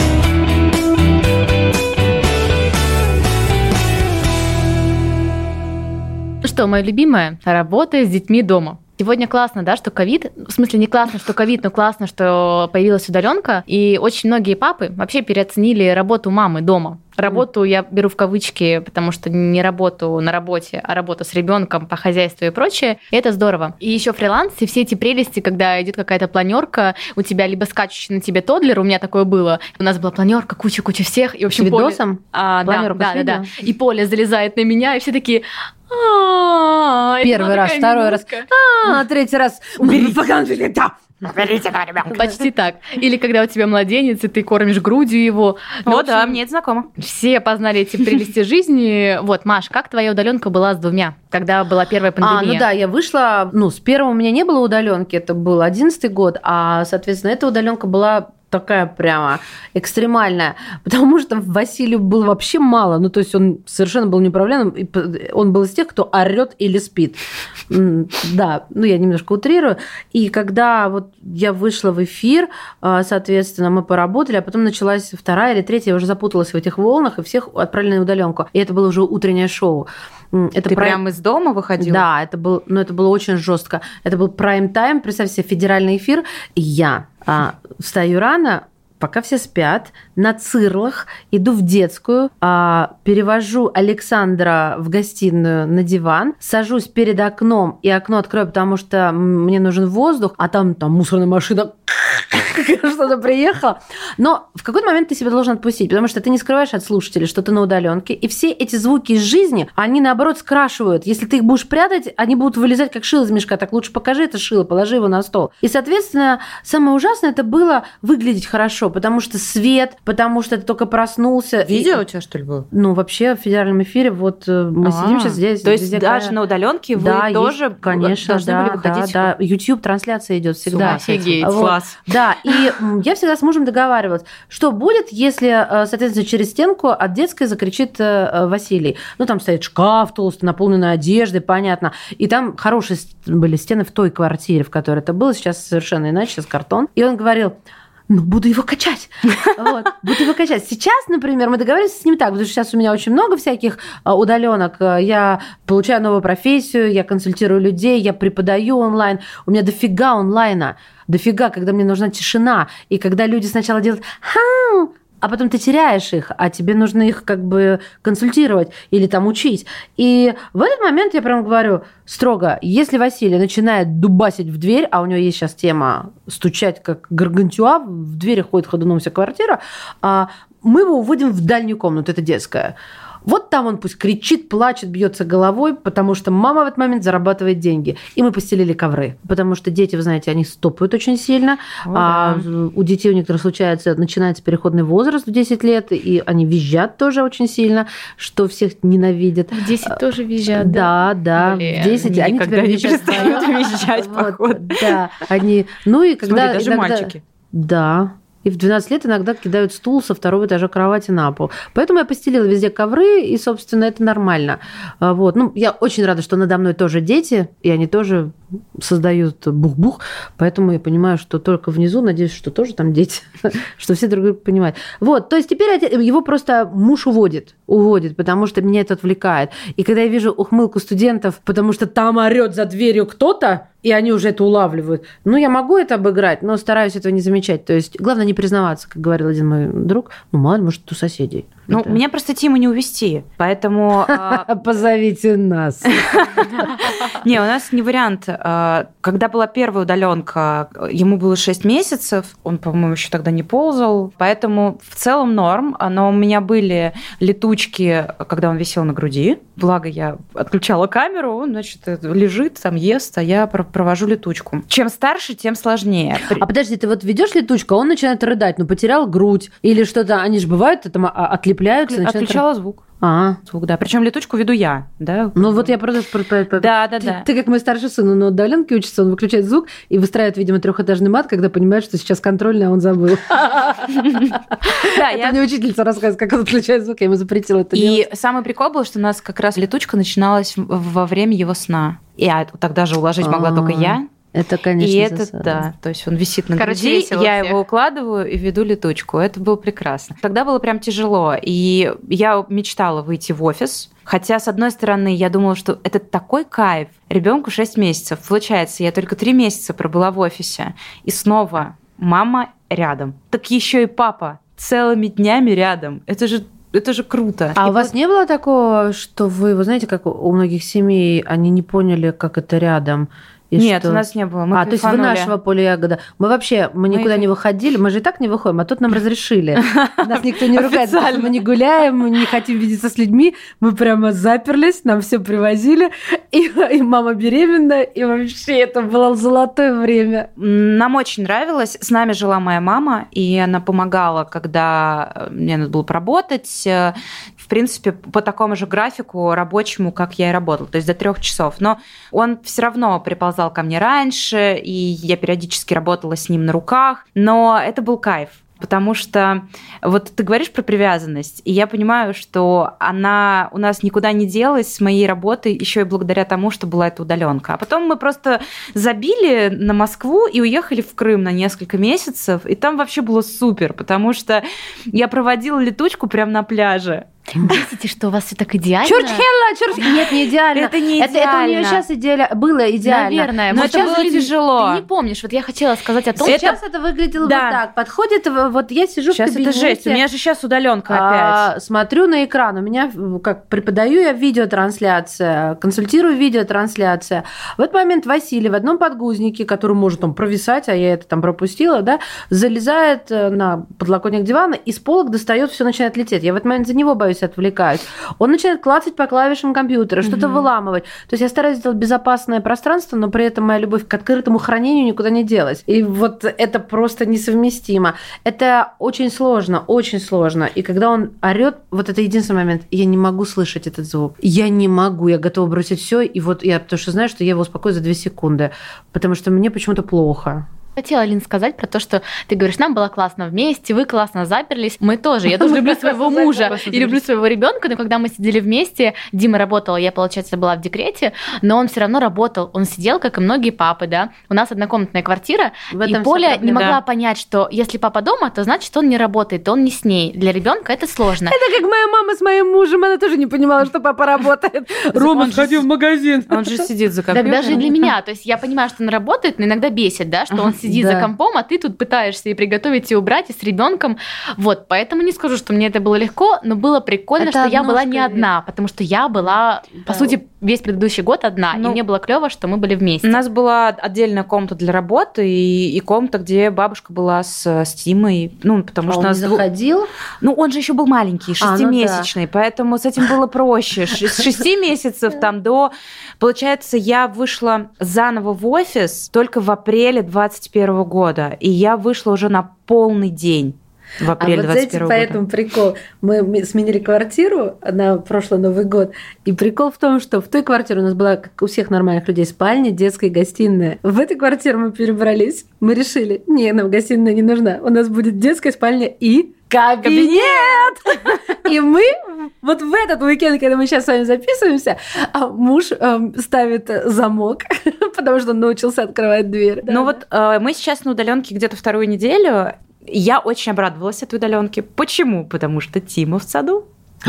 Ну что, мое любимое – работа с детьми дома. Сегодня классно, да, что ковид, в смысле не классно, что ковид, но классно, что появилась удаленка, и очень многие папы вообще переоценили работу мамы дома. Работу я беру в кавычки, потому что не работу на работе, а работу с ребенком по хозяйству и прочее. И это здорово. И еще фриланс, и все эти прелести, когда идет какая-то планерка, у тебя либо скачущий на тебе тоддлер, у меня такое было. У нас была планерка, куча-куча всех, и в общем Поле... А, да, да, да, да. И Поля залезает на меня, и все такие... Первый раз, второй раз, третий раз. Уберите, уберите этого ребенка. Почти так. Или когда у тебя младенец, и ты кормишь грудью его. Ну, О, да, мне это знакомо. Все познали эти прелести жизни. Вот, Маш, как твоя удаленка была с двумя, когда была первая пандемия? А, ну да, я вышла, ну, с первого у меня не было удаленки, это был одиннадцатый год, а, соответственно, эта удаленка была такая прямо экстремальная, потому что Василию было вообще мало, ну, то есть он совершенно был неуправляемым, он был из тех, кто орёт или спит. Да, ну, я немножко утрирую. И когда вот я вышла в эфир, соответственно, мы поработали, а потом началась вторая или третья, я уже запуталась в этих волнах, и всех отправили на удаленку. И это было уже утреннее шоу. Это Ты прайм... прямо из дома выходила? Да, это, был, ну, это было очень жестко. Это был прайм-тайм, представь себе, федеральный эфир. И я а, встаю рано, пока все спят, на цирлах, иду в детскую, а, перевожу Александра в гостиную на диван, сажусь перед окном, и окно открою, потому что мне нужен воздух, а там, там мусорная машина что-то приехало. Но в какой-то момент ты себя должен отпустить, потому что ты не скрываешь от слушателей, что ты на удаленке, и все эти звуки из жизни, они, наоборот, скрашивают. Если ты их будешь прятать, они будут вылезать как шило из мешка. Так лучше покажи это шило, положи его на стол. И, соответственно, самое ужасное это было выглядеть хорошо, потому что свет, потому что ты только проснулся. Видео и... у тебя, что ли, было? Ну, вообще, в федеральном эфире вот мы А-а-а. сидим сейчас здесь. То есть здесь даже такая... на удаленке вы да, тоже есть, конечно, должны да, были выходить? Да, да. YouTube-трансляция идет всегда. Офигеть, вот. класс. Да, и я всегда с мужем договаривалась, что будет, если, соответственно, через стенку от детской закричит Василий. Ну, там стоит шкаф толстый, наполненный одеждой, понятно. И там хорошие были стены в той квартире, в которой это было. Сейчас совершенно иначе, сейчас картон. И он говорил... ну, буду его качать. Вот, буду его качать. Сейчас, например, мы договорились с ним так, потому что сейчас у меня очень много всяких удаленок. Я получаю новую профессию, я консультирую людей, я преподаю онлайн. У меня дофига онлайна. Дофига, когда мне нужна тишина. И когда люди сначала делают «хау», а потом ты теряешь их, а тебе нужно их как бы консультировать или там учить. И в этот момент я прям говорю строго, если Василий начинает дубасить в дверь, а у него есть сейчас тема стучать как гаргантюа, в двери ходит ходуном вся квартира, мы его уводим в дальнюю комнату, это детская. Вот там он пусть кричит, плачет, бьется головой, потому что мама в этот момент зарабатывает деньги. И мы постелили ковры, потому что дети, вы знаете, они стопают очень сильно. О, а да. У детей у некоторых случается, начинается переходный возраст в десять лет, и они визжат тоже очень сильно, что всех ненавидят. В десять тоже визжат, да? Да, да. Блин, в десять они теперь не перестают визжать, вот, походу. Да, они... Ну и когда... Смотри, даже иногда... мальчики. Да. И в двенадцать лет иногда кидают стул со второго этажа кровати на пол. Поэтому я постелила везде ковры, и, собственно, это нормально. Вот. Ну, я очень рада, что надо мной тоже дети, и они тоже создают бух-бух, поэтому я понимаю, что только внизу, надеюсь, что тоже там дети, что все друг друга понимают. Вот, то есть теперь его просто муж уводит, уводит, потому что меня это отвлекает. И когда я вижу ухмылку студентов, потому что там орёт за дверью кто-то, и они уже это улавливают. Ну, я могу это обыграть, но стараюсь этого не замечать. То есть, главное не признаваться, как говорил один мой друг. Ну, мало ли, может, у соседей. Ну, это... меня просто Тиму не увезти, поэтому... Позовите нас. Не, у нас не вариант. Когда была первая удаленка, ему было шесть месяцев, он, по-моему, еще тогда не ползал, поэтому в целом норм, но у меня были летучки, когда он висел на груди, благо я отключала камеру, он, значит, лежит, там ест, а я провожу летучку. Чем старше, тем сложнее. А подожди, ты вот ведешь летучку, а он начинает рыдать, ну, потерял грудь или что-то, они же бывают, там отлепляются. Отключала начинают... звук. А. Звук, да. Причем летучку веду я, да. Ну вот я просто... Да, да, ты, да. Ты как мой старший сын, он на удаленке учится, он выключает звук и выстраивает, видимо, трехэтажный мат, когда понимает, что сейчас контрольный, а он забыл. Это мне учительница рассказывает, как он отключает звук, я ему запретила это делать. И самый прикол был, что у нас как раз летучка начиналась во время его сна. И тогда же уложить могла только я. Это, конечно, и это, засада. Да, то есть он висит на Короче, груди, я всех. его укладываю и веду летучку. Это было прекрасно. Тогда было прям тяжело, и я мечтала выйти в офис. Хотя, с одной стороны, я думала, что это такой кайф. Ребенку шесть месяцев. Получается, я только три месяца пробыла в офисе. И снова мама рядом. Так еще и папа целыми днями рядом. Это же Это же круто. А и у вас вот... не было такого, что вы, вы знаете, как у многих семей, они не поняли, как это рядом? И Нет, что... у нас не было. Мы а, то есть вы нашего поля ягода. Мы вообще, мы никуда мы... не выходили, мы же и так не выходим, а тут нам разрешили. Нас никто не ругает, мы не гуляем, мы не хотим видеться с людьми, мы прямо заперлись, нам все привозили, и, и мама беременна, и вообще это было золотое время. Нам очень нравилось. С нами жила моя мама, и она помогала, когда мне надо было поработать, в принципе, по такому же графику рабочему, как я и работала, то есть до трех часов. Но он все равно приползал ко мне раньше, и я периодически работала с ним на руках, но это был кайф. Потому что вот ты говоришь про привязанность, и я понимаю, что она у нас никуда не делась с моей работы еще и благодаря тому, что была эта удаленка. А потом мы просто забили на Москву и уехали в Крым на несколько месяцев, и там вообще было супер, потому что я проводила летучку прямо на пляже. Бесите, что у вас все так идеально? Чурчхелла, чурч... Нет, не идеально. Это не идеально. Это, это у нее сейчас идеально. Было идеально. Наверное. Но это было ты, тяжело. Ты не помнишь. Вот я хотела сказать о том, сейчас что... это выглядело да. вот так. Подходит, вот я сижу сейчас в кабинете. Сейчас это жесть. У меня же сейчас удаленка а, опять. Смотрю на экран. У меня, как преподаю я видеотрансляция, консультирую видеотрансляция. В этот момент Василий в одном подгузнике, который может там провисать, а я это там пропустила, да, залезает на подлокотник дивана и с полок достает, все начинает лететь. Я в этот момент за него боюсь, отвлекаюсь. Он начинает клацать по клавишам компьютера, что-то mm-hmm. выламывать. То есть я стараюсь сделать безопасное пространство, но при этом моя любовь к открытому хранению никуда не делась. И вот это просто несовместимо. Это очень сложно, очень сложно. И когда он орет, вот это единственный момент, я не могу слышать этот звук. Я не могу, я готова бросить все. И вот я, потому что знаю, что я его успокою за две секунды, потому что мне почему-то плохо. Хотела, Алин, сказать про то, что ты говоришь, нам было классно вместе, вы классно заперлись. Мы тоже. Я тоже люблю своего мужа и люблю своего ребенка, но когда мы сидели вместе, Дима работал, я, получается, была в декрете, но он все равно работал. Он сидел, как и многие папы, да. У нас однокомнатная квартира, и Поля не могла понять, что если папа дома, то значит, он не работает, он не с ней. Для ребенка это сложно. Это как моя мама с моим мужем, она тоже не понимала, что папа работает. Рома, сходи в магазин. Он же сидит за компьютером. Так даже для меня. То есть я понимаю, что он работает, но иногда бесит, да, что он сидит да. за компом, а ты тут пытаешься и приготовить, и убрать, и с ребенком. Вот, поэтому не скажу, что мне это было легко, но было прикольно, это что я была не одна, потому что я была, да. по сути, весь предыдущий год одна, ну, и мне было клево, что мы были вместе. У нас была отдельная комната для работы и, и комната, где бабушка была с, с Тимой, ну, потому а что он у нас не заходил? Дву... Ну, он же еще был маленький, шестимесячный, а, ну да. поэтому с этим было проще. С шести месяцев там до... Получается, я вышла заново в офис только в апреле двадцать первого года. И я вышла уже на полный день. в апреле а двадцать первого вот, года. Поэтому прикол. Мы сменили квартиру на прошлый Новый год. И прикол в том, что в той квартире у нас была, как у всех нормальных людей, спальня, детская и гостиная. В этой квартире мы перебрались. Мы решили, не, нам гостиная не нужна. У нас будет детская спальня и кабинет! И мы вот в этот уикенд, когда мы сейчас с вами записываемся, муж ставит замок, потому что он научился открывать дверь. Ну вот мы сейчас на удаленке где-то вторую неделю. Я очень обрадовалась этой удаленке. Почему? Потому что Тима в саду.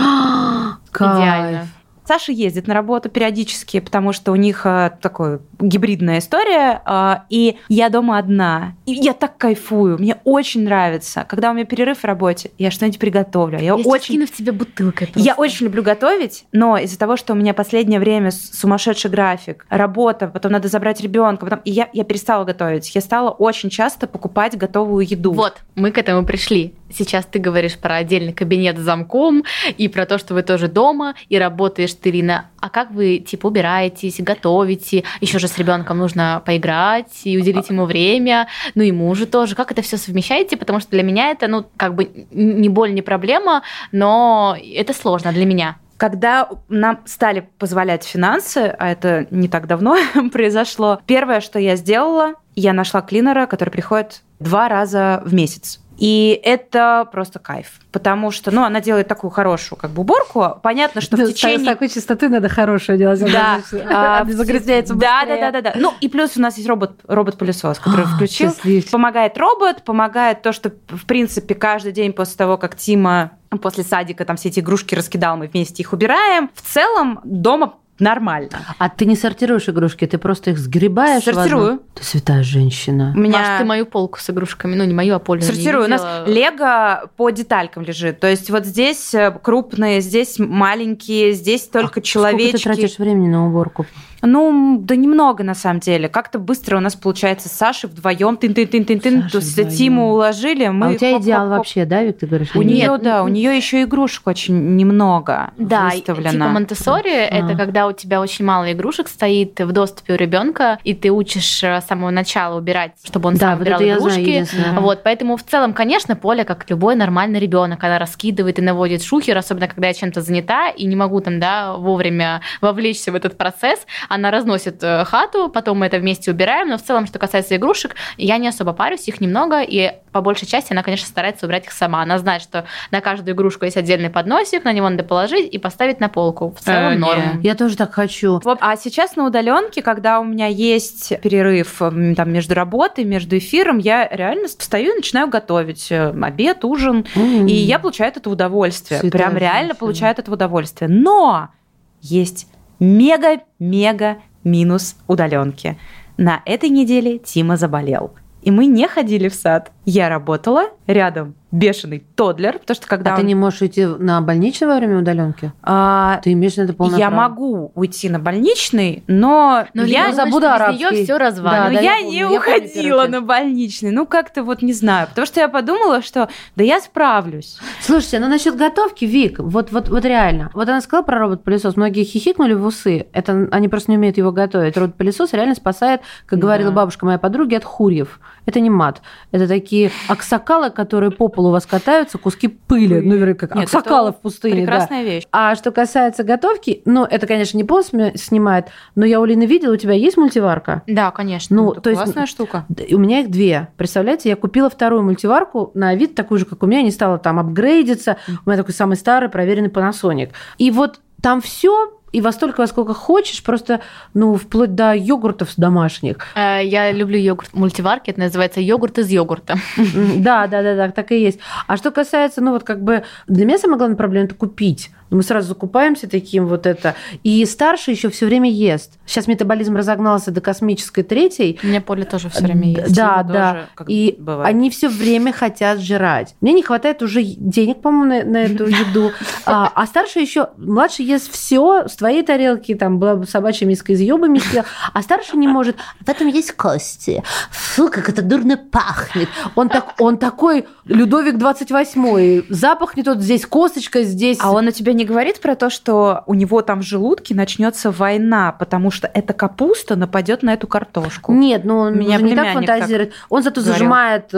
Идеально. Саша ездит на работу периодически, потому что у них такая гибридная история, и я дома одна. И я так кайфую, мне очень нравится. Когда у меня перерыв в работе, я что-нибудь приготовлю. Я, я очень... кину в тебя бутылкой просто. Я очень люблю готовить, но из-за того, что у меня последнее время сумасшедший график, работа, потом надо забрать ребенка, потом... и я, я перестала готовить. Я стала очень часто покупать готовую еду. Вот, мы к этому пришли. Сейчас ты говоришь про отдельный кабинет с замком и про то, что вы тоже дома и работаешь ты, Ирина. А как вы, типа, убираетесь, готовите? Еще же с ребенком нужно поиграть и уделить ему время. Ну и мужу тоже. Как это все совмещаете? Потому что для меня это, ну, как бы не боль, не проблема, но это сложно для меня. Когда нам стали позволять финансы, а это не так давно произошло, первое, что я сделала, я нашла клинера, который приходит два раза в месяц. И это просто кайф, потому что, ну, она делает такую хорошую как бы уборку. Понятно, что да, в течение... С такой чистоты надо хорошую делать. Да. А, загрязняется быстрее. Да, да, да, да, да. Ну, и плюс у нас есть робот, робот-пылесос, который включил. Счастливчик. Помогает робот, помогает то, что, в принципе, каждый день после того, как Тима после садика там все эти игрушки раскидал, мы вместе их убираем. В целом дома нормально. А ты не сортируешь игрушки, ты просто их сгребаешь? Сортирую. Ты святая женщина. У меня... Маш, ты мою полку с игрушками, ну не мою, а Полю. Сортирую. У нас лего по деталькам лежит. То есть вот здесь крупные, здесь маленькие, здесь только а человечки. Сколько ты тратишь времени на уборку? Ну, да немного на самом деле. Как-то быстро у нас получается с Сашей вдвоем. Тын-тын-тын-тын-тын. То есть Тиму уложили. Мы а у тебя хоп, идеал хоп, хоп. вообще, да, Вик, ты говоришь? У нее, Нет, да, у нее еще игрушек очень немного да, выставлено. Типа Монтессори – это А. когда у тебя очень мало игрушек стоит в доступе у ребенка, и ты учишь с самого начала убирать, чтобы он Да, сам вот убирал это я знаю, игрушки. единственное. Вот, поэтому в целом, конечно, Поля, как любой нормальный ребенок, она раскидывает и наводит шухер, особенно когда я чем-то занята и не могу там, да, вовремя вовлечься в этот процесс. Она разносит хату, потом мы это вместе убираем, но в целом, что касается игрушек, я не особо парюсь, их немного, и по большей части она, конечно, старается убрать их сама. Она знает, что на каждую игрушку есть отдельный подносик, на него надо положить и поставить на полку. В целом А, норм. Я тоже так хочу. Вот. А сейчас на удаленке, когда у меня есть перерыв там, между работой, между эфиром, я реально встаю и начинаю готовить обед, ужин, Mm. и я получаю от этого удовольствие. Святая Прям реально женщина. получаю от этого удовольствие. Но есть мега-мега минус удаленки. На этой неделе Тима заболел. И мы не ходили в сад. Я работала рядом. Бешеный тоддлер, потому что когда А он... ты не можешь идти на больничный во время удаленки? А, Ты имеешь на это полное я право? могу уйти на больничный, но, Но я Лена, забуду значит, без арабский. неё всё развалено. но Да, да, я, я помню, не я помню первую уходила часть. на больничный. Ну, как-то вот не знаю. Потому что я подумала, что да я справлюсь. Слушайте, ну насчет готовки, Вик, вот, вот, вот реально. Вот она сказала про робот-пылесос, многие хихикнули в усы. Это они просто не умеют его готовить. Робот-пылесос реально спасает, как Да. говорила бабушка моей подруги, от хурьев. Это не мат. Это такие аксакалы, которые по полу у вас катаются, куски пыли. Ну, вернее, как Нет, аксакалы это в пустыне. Да. Прекрасная вещь. А что касается готовки, ну, это, конечно, не пол сме- снимает, но я у Лины видела, у тебя есть мультиварка? Да, конечно. Ну, Это то есть классная штука. Да, и у меня их две. Представляете, я купила вторую мультиварку на Авито, такую же, как у меня, не стала там апгрейдиться. У меня такой самый старый, проверенный Panasonic. И вот там все и во столько, во сколько хочешь, просто, ну, вплоть до йогуртов домашних. Э, Я люблю йогурт в мультиварке, это называется йогурт из йогурта. Да, да, да, да, так и есть. А что касается, ну, вот как бы для меня самая главная проблема – это купить. Мы сразу закупаемся таким вот это. И старший еще все время ест. Сейчас метаболизм разогнался до космической третьей. У меня Поля тоже все время есть. Да, Тима да. тоже, как И бывает. они все время хотят жрать. Мне не хватает уже денег, по-моему, на, на эту еду. А, а старший еще, младший ест все с твоей тарелки, там была бы собачья миска из ёба миски, а старший не может. В этом есть кости. Фу, как это дурно пахнет. Он, так, он такой Людовик двадцать восьмой. Запах не тот, здесь косточка, здесь... А он у тебя не не говорит про то, что у него там в желудке начнется война, потому что эта капуста нападет на эту картошку? Нет, ну он Меня же не так племянник фантазирует. так Он зато говорил. зажимает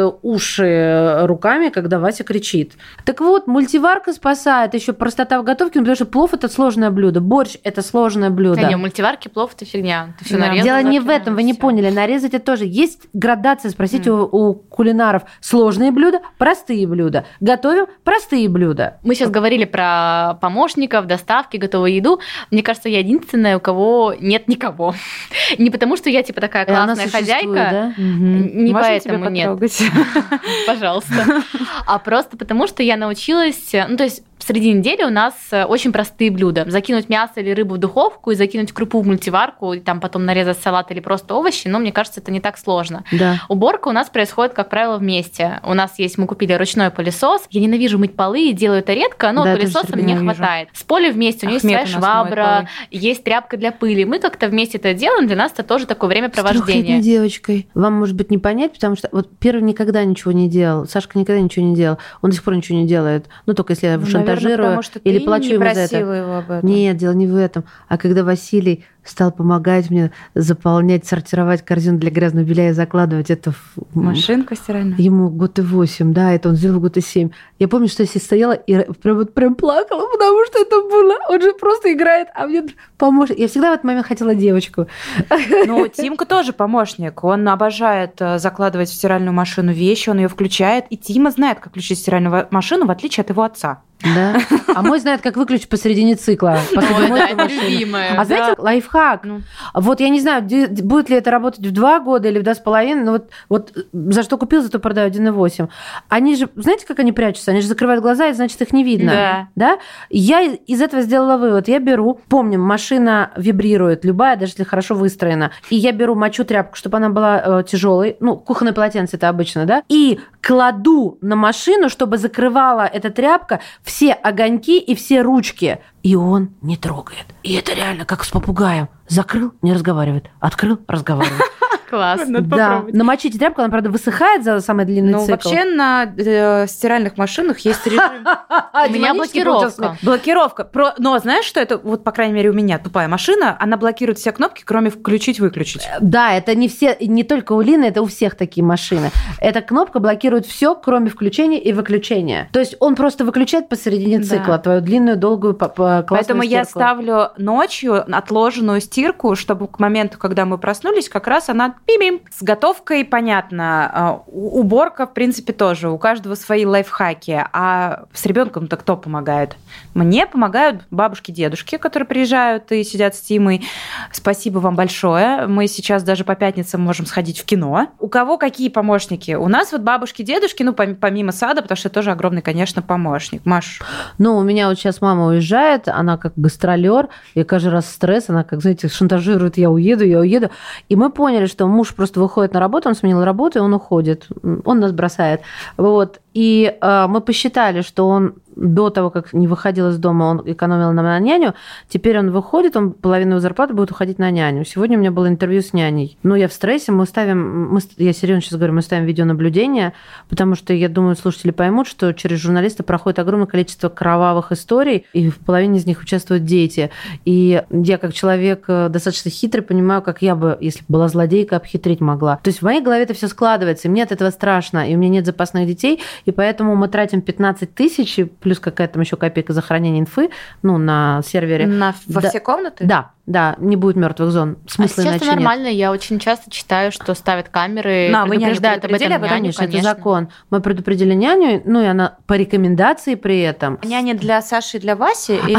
уши руками, когда Вася кричит. Так вот, мультиварка спасает, еще простота в готовке, ну, потому что плов – это сложное блюдо, борщ – это сложное блюдо. Да не, мультиварки, плов – это фигня. Ты все Да. нарезал. Дело не закинул, в этом, вы не всё. поняли. Нарезать это тоже. Есть градация, спросите Mm. у, у кулинаров. Сложные блюда, простые блюда. Готовим простые блюда. Мы сейчас говорили про помощников, доставки, готовую еду. Мне кажется, я единственная, у кого нет никого. Не потому, что я типа такая И она классная существует, хозяйка. да? Не Можно поэтому тебя нет. потрогать? Пожалуйста. А просто потому, что я научилась... Ну, то есть среди недели у нас очень простые блюда. Закинуть мясо или рыбу в духовку и закинуть крупу в мультиварку, и там потом нарезать салат или просто овощи, но мне кажется, это не так сложно. Да. Уборка у нас происходит, как правило, вместе. У нас есть, мы купили ручной пылесос. Я ненавижу мыть полы и делаю это редко, но Да, я тоже пылесоса терпеть мне ненавижу. хватает. С Полей вместе, у нее есть Ахмед своя у нас моет швабра, полы. есть тряпка для пыли. Мы как-то вместе это делаем, для нас это тоже такое С трёхлетней времяпровождение. девочкой. Вам, может быть, не понять, потому что вот первый никогда ничего не делал. Сашка никогда ничего не делал. Он до сих пор ничего не делает. Ну, только если я его Ну, шантажирую наверное, потому что или ты плачу не ему за просила это. его об этом. Нет, дело не в этом. А когда Василий стал помогать мне заполнять, сортировать корзину для грязного белья и закладывать это в... Машинка стиральная. Ему год и восемь, да, это он сделал год и семь. Я помню, что я здесь стояла и прям, вот, прям плакала, потому что это было. Он же просто играет, а мне поможет. Я всегда в этот момент хотела девочку. Ну, Тимка тоже помощник. Он обожает э, закладывать в стиральную машину вещи, он ее включает. И Тима знает, как включить стиральную машину, в отличие от его отца. Да. А мой знает, как выключить посередине цикла. Ой, да, посудомойку это машину. любимое. А знаете, лайфхак. Ну. Вот я не знаю, д- будет ли это работать в два года или в два с половиной, но вот, вот за что купил, зато продаю один и восемь. Они же, знаете, как они прячутся? Они же закрывают глаза, и значит, их не видно. Да. Да? Я из этого сделала вывод. Я беру, помним, машина вибрирует, любая, даже если хорошо выстроена. И я беру, мочу тряпку, чтобы она была э, тяжелой. Ну, кухонное полотенце это обычно, да? И кладу на машину, чтобы закрывала эта тряпка все огоньки и все ручки. И он не трогает. И это реально как с попугаем. Закрыл, не разговаривает. Открыл, разговаривает. Класс. Надо Да, попробовать. намочите тряпку, она, правда, высыхает за самый длинный Ну, цикл. вообще на э, стиральных машинах есть режим... У меня блокировка. Блокировка. Про... Но знаешь, что это, вот, по крайней мере, у меня тупая машина, она блокирует все кнопки, кроме включить-выключить. Да, это не все, не только у Лины, это у всех такие машины. Эта кнопка блокирует все, кроме включения и выключения. То есть он просто выключает посередине Да. цикла твою длинную, долгую, по- по- классную Поэтому я стирку. ставлю ночью отложенную стирку, чтобы к моменту, когда мы проснулись, как раз она пим-пим. С готовкой понятно. А, у- Уборка, в принципе, тоже. У каждого свои лайфхаки. А с ребенком-то кто помогает? Мне помогают бабушки, дедушки, которые приезжают и сидят с Тимой. Спасибо вам большое. Мы сейчас даже по пятницам можем сходить в кино. У кого какие помощники? У нас вот бабушки, дедушки, ну, пом- помимо сада, потому что это тоже огромный, конечно, помощник. Маш, Ну, у меня вот сейчас мама уезжает, она как гастролер, и каждый раз стресс, она, как, знаете, шантажирует, я уеду, я уеду. И мы поняли, что муж просто выходит на работу, он сменил работу, и он уходит. Он нас бросает. Вот. И э, мы посчитали, что он до того, как не выходил из дома, он экономил нам на няню. Теперь он выходит, он половину его зарплаты будет уходить на няню. Сегодня у меня было интервью с няней. Ну, я в стрессе, мы ставим, мы, я серьезно сейчас говорю, мы ставим видеонаблюдение, потому что, я думаю, слушатели поймут, что через журналиста проходит огромное количество кровавых историй, и в половине из них участвуют дети. И я, как человек достаточно хитрый, понимаю, как я бы, если бы была злодейка, обхитрить могла. То есть в моей голове это все складывается, и мне от этого страшно, и у меня нет запасных детей, и поэтому мы тратим пятнадцать тысяч, плюс какая-то там еще копейка за хранение инфы, ну, на сервере. на, во Да. все комнаты? Да, да, не будет мертвых зон. А Смысла сейчас иначе это нет. нормально, я очень часто читаю, что ставят камеры, Да, вы няню предупреждают об этом предупредили об этом? няню, Конечно, конечно. это закон. Мы предупредили няню, ну и она по рекомендации при этом. Няня для Саши и для Васи? Или...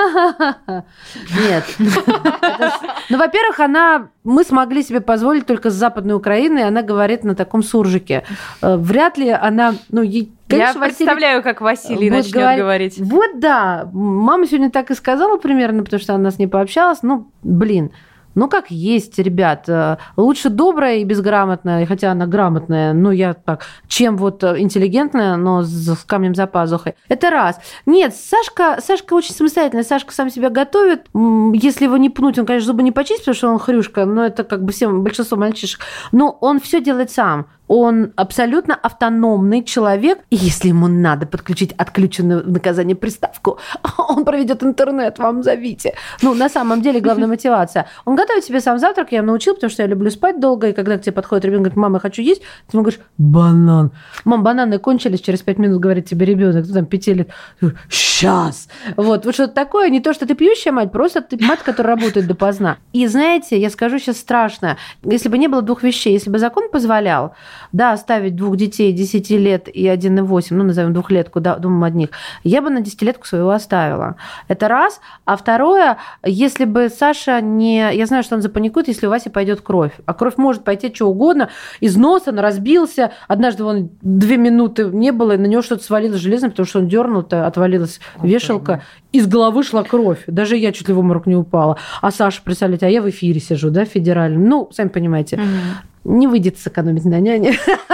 Нет. Это с- Ну, во-первых, она... Мы смогли себе позволить только с Западной Украины, и она говорит на таком суржике. Э, Вряд ли она... Ну, ей... Я Конечно, Василий представляю, как Василий будет начнет говорить- говорить. Вот да. Мама сегодня так и сказала примерно, потому что она с ней пообщалась. Ну, блин. Ну, как есть, ребят. Э, Лучше добрая и безграмотная, хотя она грамотная, ну, я так, чем вот э, интеллигентная, но с с камнем за пазухой. Это раз. Нет, Сашка, Сашка очень самостоятельная. Сашка сам себя готовит. М, Если его не пнуть, он, конечно, зубы не почистит, потому что он хрюшка, но это как бы всем, большинство мальчишек. Но он все делает сам. он абсолютно автономный человек, и если ему надо подключить отключенную в наказание приставку, он проведет интернет, вам зовите. Ну, на самом деле, главная мотивация. Он готовит себе сам завтрак, я его научил, потому что я люблю спать долго, и когда к тебе подходит ребенок, говорит, мама, я хочу есть, ты ему говоришь, банан. Мам, бананы кончились, через пять минут говорит тебе ребенок, ты там пяти лет, сейчас. Вот, вот что-то такое, не то, что ты пьющая мать, просто ты мать, которая работает допоздна. И знаете, я скажу сейчас страшное, если бы не было двух вещей, если бы закон позволял, да, оставить двух детей десяти лет и один и восемь, ну, назовем двухлетку, да, думаем одних, я бы на десятилетку своего оставила. Это раз. А второе, если бы Саша не... Я знаю, что он запаникует, если у Васи пойдет кровь. А кровь может пойти что угодно. Из носа он разбился. Однажды он две минуты не было, и на него что-то свалилось железом, потому что он дернул-то, отвалилась вешалка. Из головы шла кровь. Даже я чуть ли в обморок не упала. А Саша, представляете, а я в эфире сижу, да, федеральном. Ну, сами понимаете. Угу. Не выйдет сэкономить на няне.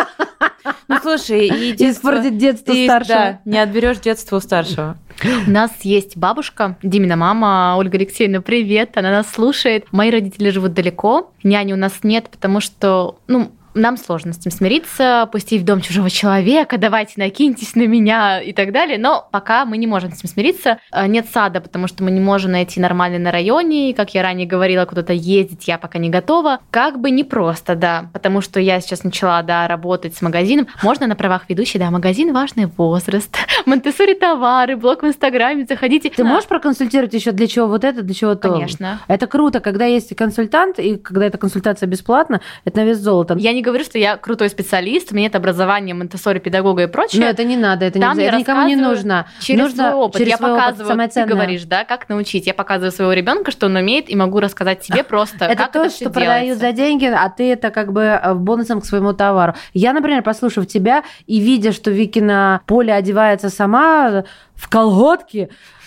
Ну, слушай, и детство... Испортить детство ты, старшего. Да, не отберешь детство у старшего. У нас есть бабушка, Димина мама, Ольга Алексеевна, привет, она нас слушает. Мои родители живут далеко, няни у нас нет, потому что, ну, нам сложно с этим смириться, пустить в дом чужого человека, давайте накиньтесь на меня и так далее. Но пока мы не можем с этим смириться. Нет сада, потому что мы не можем найти нормальный на районе. Как я ранее говорила, куда-то ездить я пока не готова. Как бы непросто, да, потому что я сейчас начала, да, работать с магазином. Можно на правах ведущей, да, магазин «Важный возраст», Монтессори товары, блог в Инстаграме, заходите. Ты можешь проконсультировать еще для чего вот это, для чего то? Конечно. Это круто, когда есть консультант, и когда эта консультация бесплатна, это на вес золота. Я не говорю, что я крутой специалист, у меня нет образования Монтессори, педагога и прочее. Но это не надо, это, Там не, это никому не нужно. Через нужно свой опыт. Через я свой показываю, опыт, ты говоришь, да, как научить. Я показываю своего ребенка, что он умеет, и могу рассказать тебе просто, это как то, это что все продают делается. за деньги, а ты это как бы бонусом к своему товару. Я, например, послушав тебя и видя, что Викина Поля одевается сама в колготки,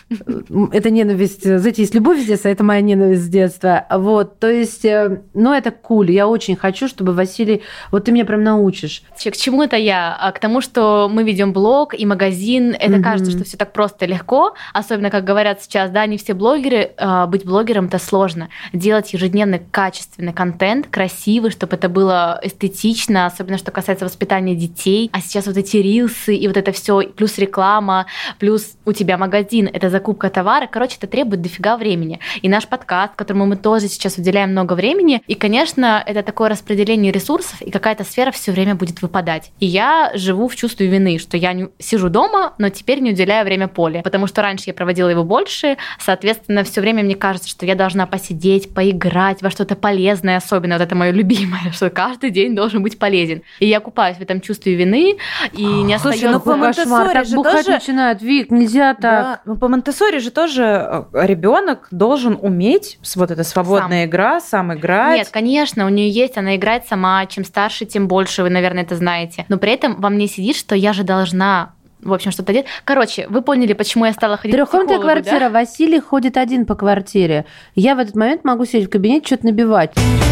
это ненависть, знаете, есть любовь с детства, это моя ненависть с детства. Вот, то есть, ну, это куль. Я очень хочу, чтобы Василий... Вот ты меня прям научишь. К чему это я? К тому, что мы ведем блог и магазин. Это mm-hmm. кажется, что все так просто и легко. Особенно, как говорят сейчас, да, не все блогеры. Быть блогером – это сложно. Делать ежедневный качественный контент, красивый, чтобы это было эстетично, особенно, что касается воспитания детей. А сейчас вот эти рилсы и вот это все, плюс реклама, плюс у тебя магазин – это закупка товара. Короче, это требует дофига времени. И наш подкаст, которому мы тоже сейчас уделяем много времени. И, конечно, это такое распределение ресурсов, и какая-то сфера все время будет выпадать. И я живу в чувстве вины, что я не сижу дома, но теперь не уделяю время Поле. Потому что раньше я проводила его больше, соответственно, все время мне кажется, что я должна посидеть, поиграть во что-то полезное, особенно вот это мое любимое, что каждый день должен быть полезен. И я купаюсь в этом чувстве вины, и не остается... Слушай, ну по Монтессори так же бухать тоже... начинают, Вик, нельзя так. Да, по Монтессори же тоже ребенок должен уметь, вот эта свободная сам. игра, сам играть. Нет, конечно, у нее есть, она играет сама, чем старше, тем больше, вы, наверное, это знаете. Но при этом во мне сидит, что я же должна, в общем, что-то делать. Короче, вы поняли, почему я стала ходить к психологу, Трехкомнатная квартира, да? Василий ходит один по квартире. Я в этот момент могу сидеть в кабинете, что-то набивать.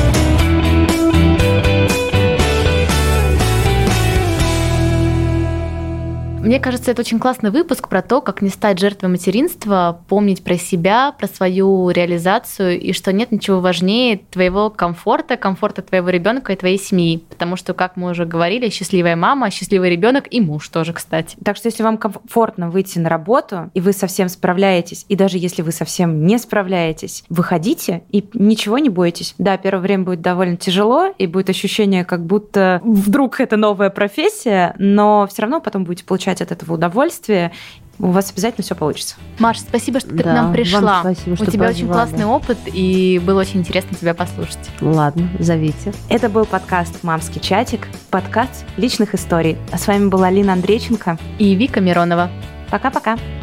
Мне кажется, это очень классный выпуск про то, как не стать жертвой материнства, помнить про себя, про свою реализацию, и что нет ничего важнее твоего комфорта, комфорта твоего ребенка и твоей семьи. Потому что, как мы уже говорили, счастливая мама, счастливый ребенок и муж тоже, кстати. Так что если вам комфортно выйти на работу, и вы совсем справляетесь, и даже если вы совсем не справляетесь, выходите и ничего не бойтесь. Да, первое время будет довольно тяжело, и будет ощущение, как будто вдруг это новая профессия, но все равно потом будете получать от этого удовольствие, у вас обязательно все получится. Маш, спасибо, что ты да, к нам пришла. Спасибо, что у тебя позвали. Очень классный опыт, и было очень интересно тебя послушать. Ладно, зовите. Это был подкаст «Мамский чатик», подкаст личных историй. А с вами была Лина Андрейченко и Вика Миронова. Пока-пока.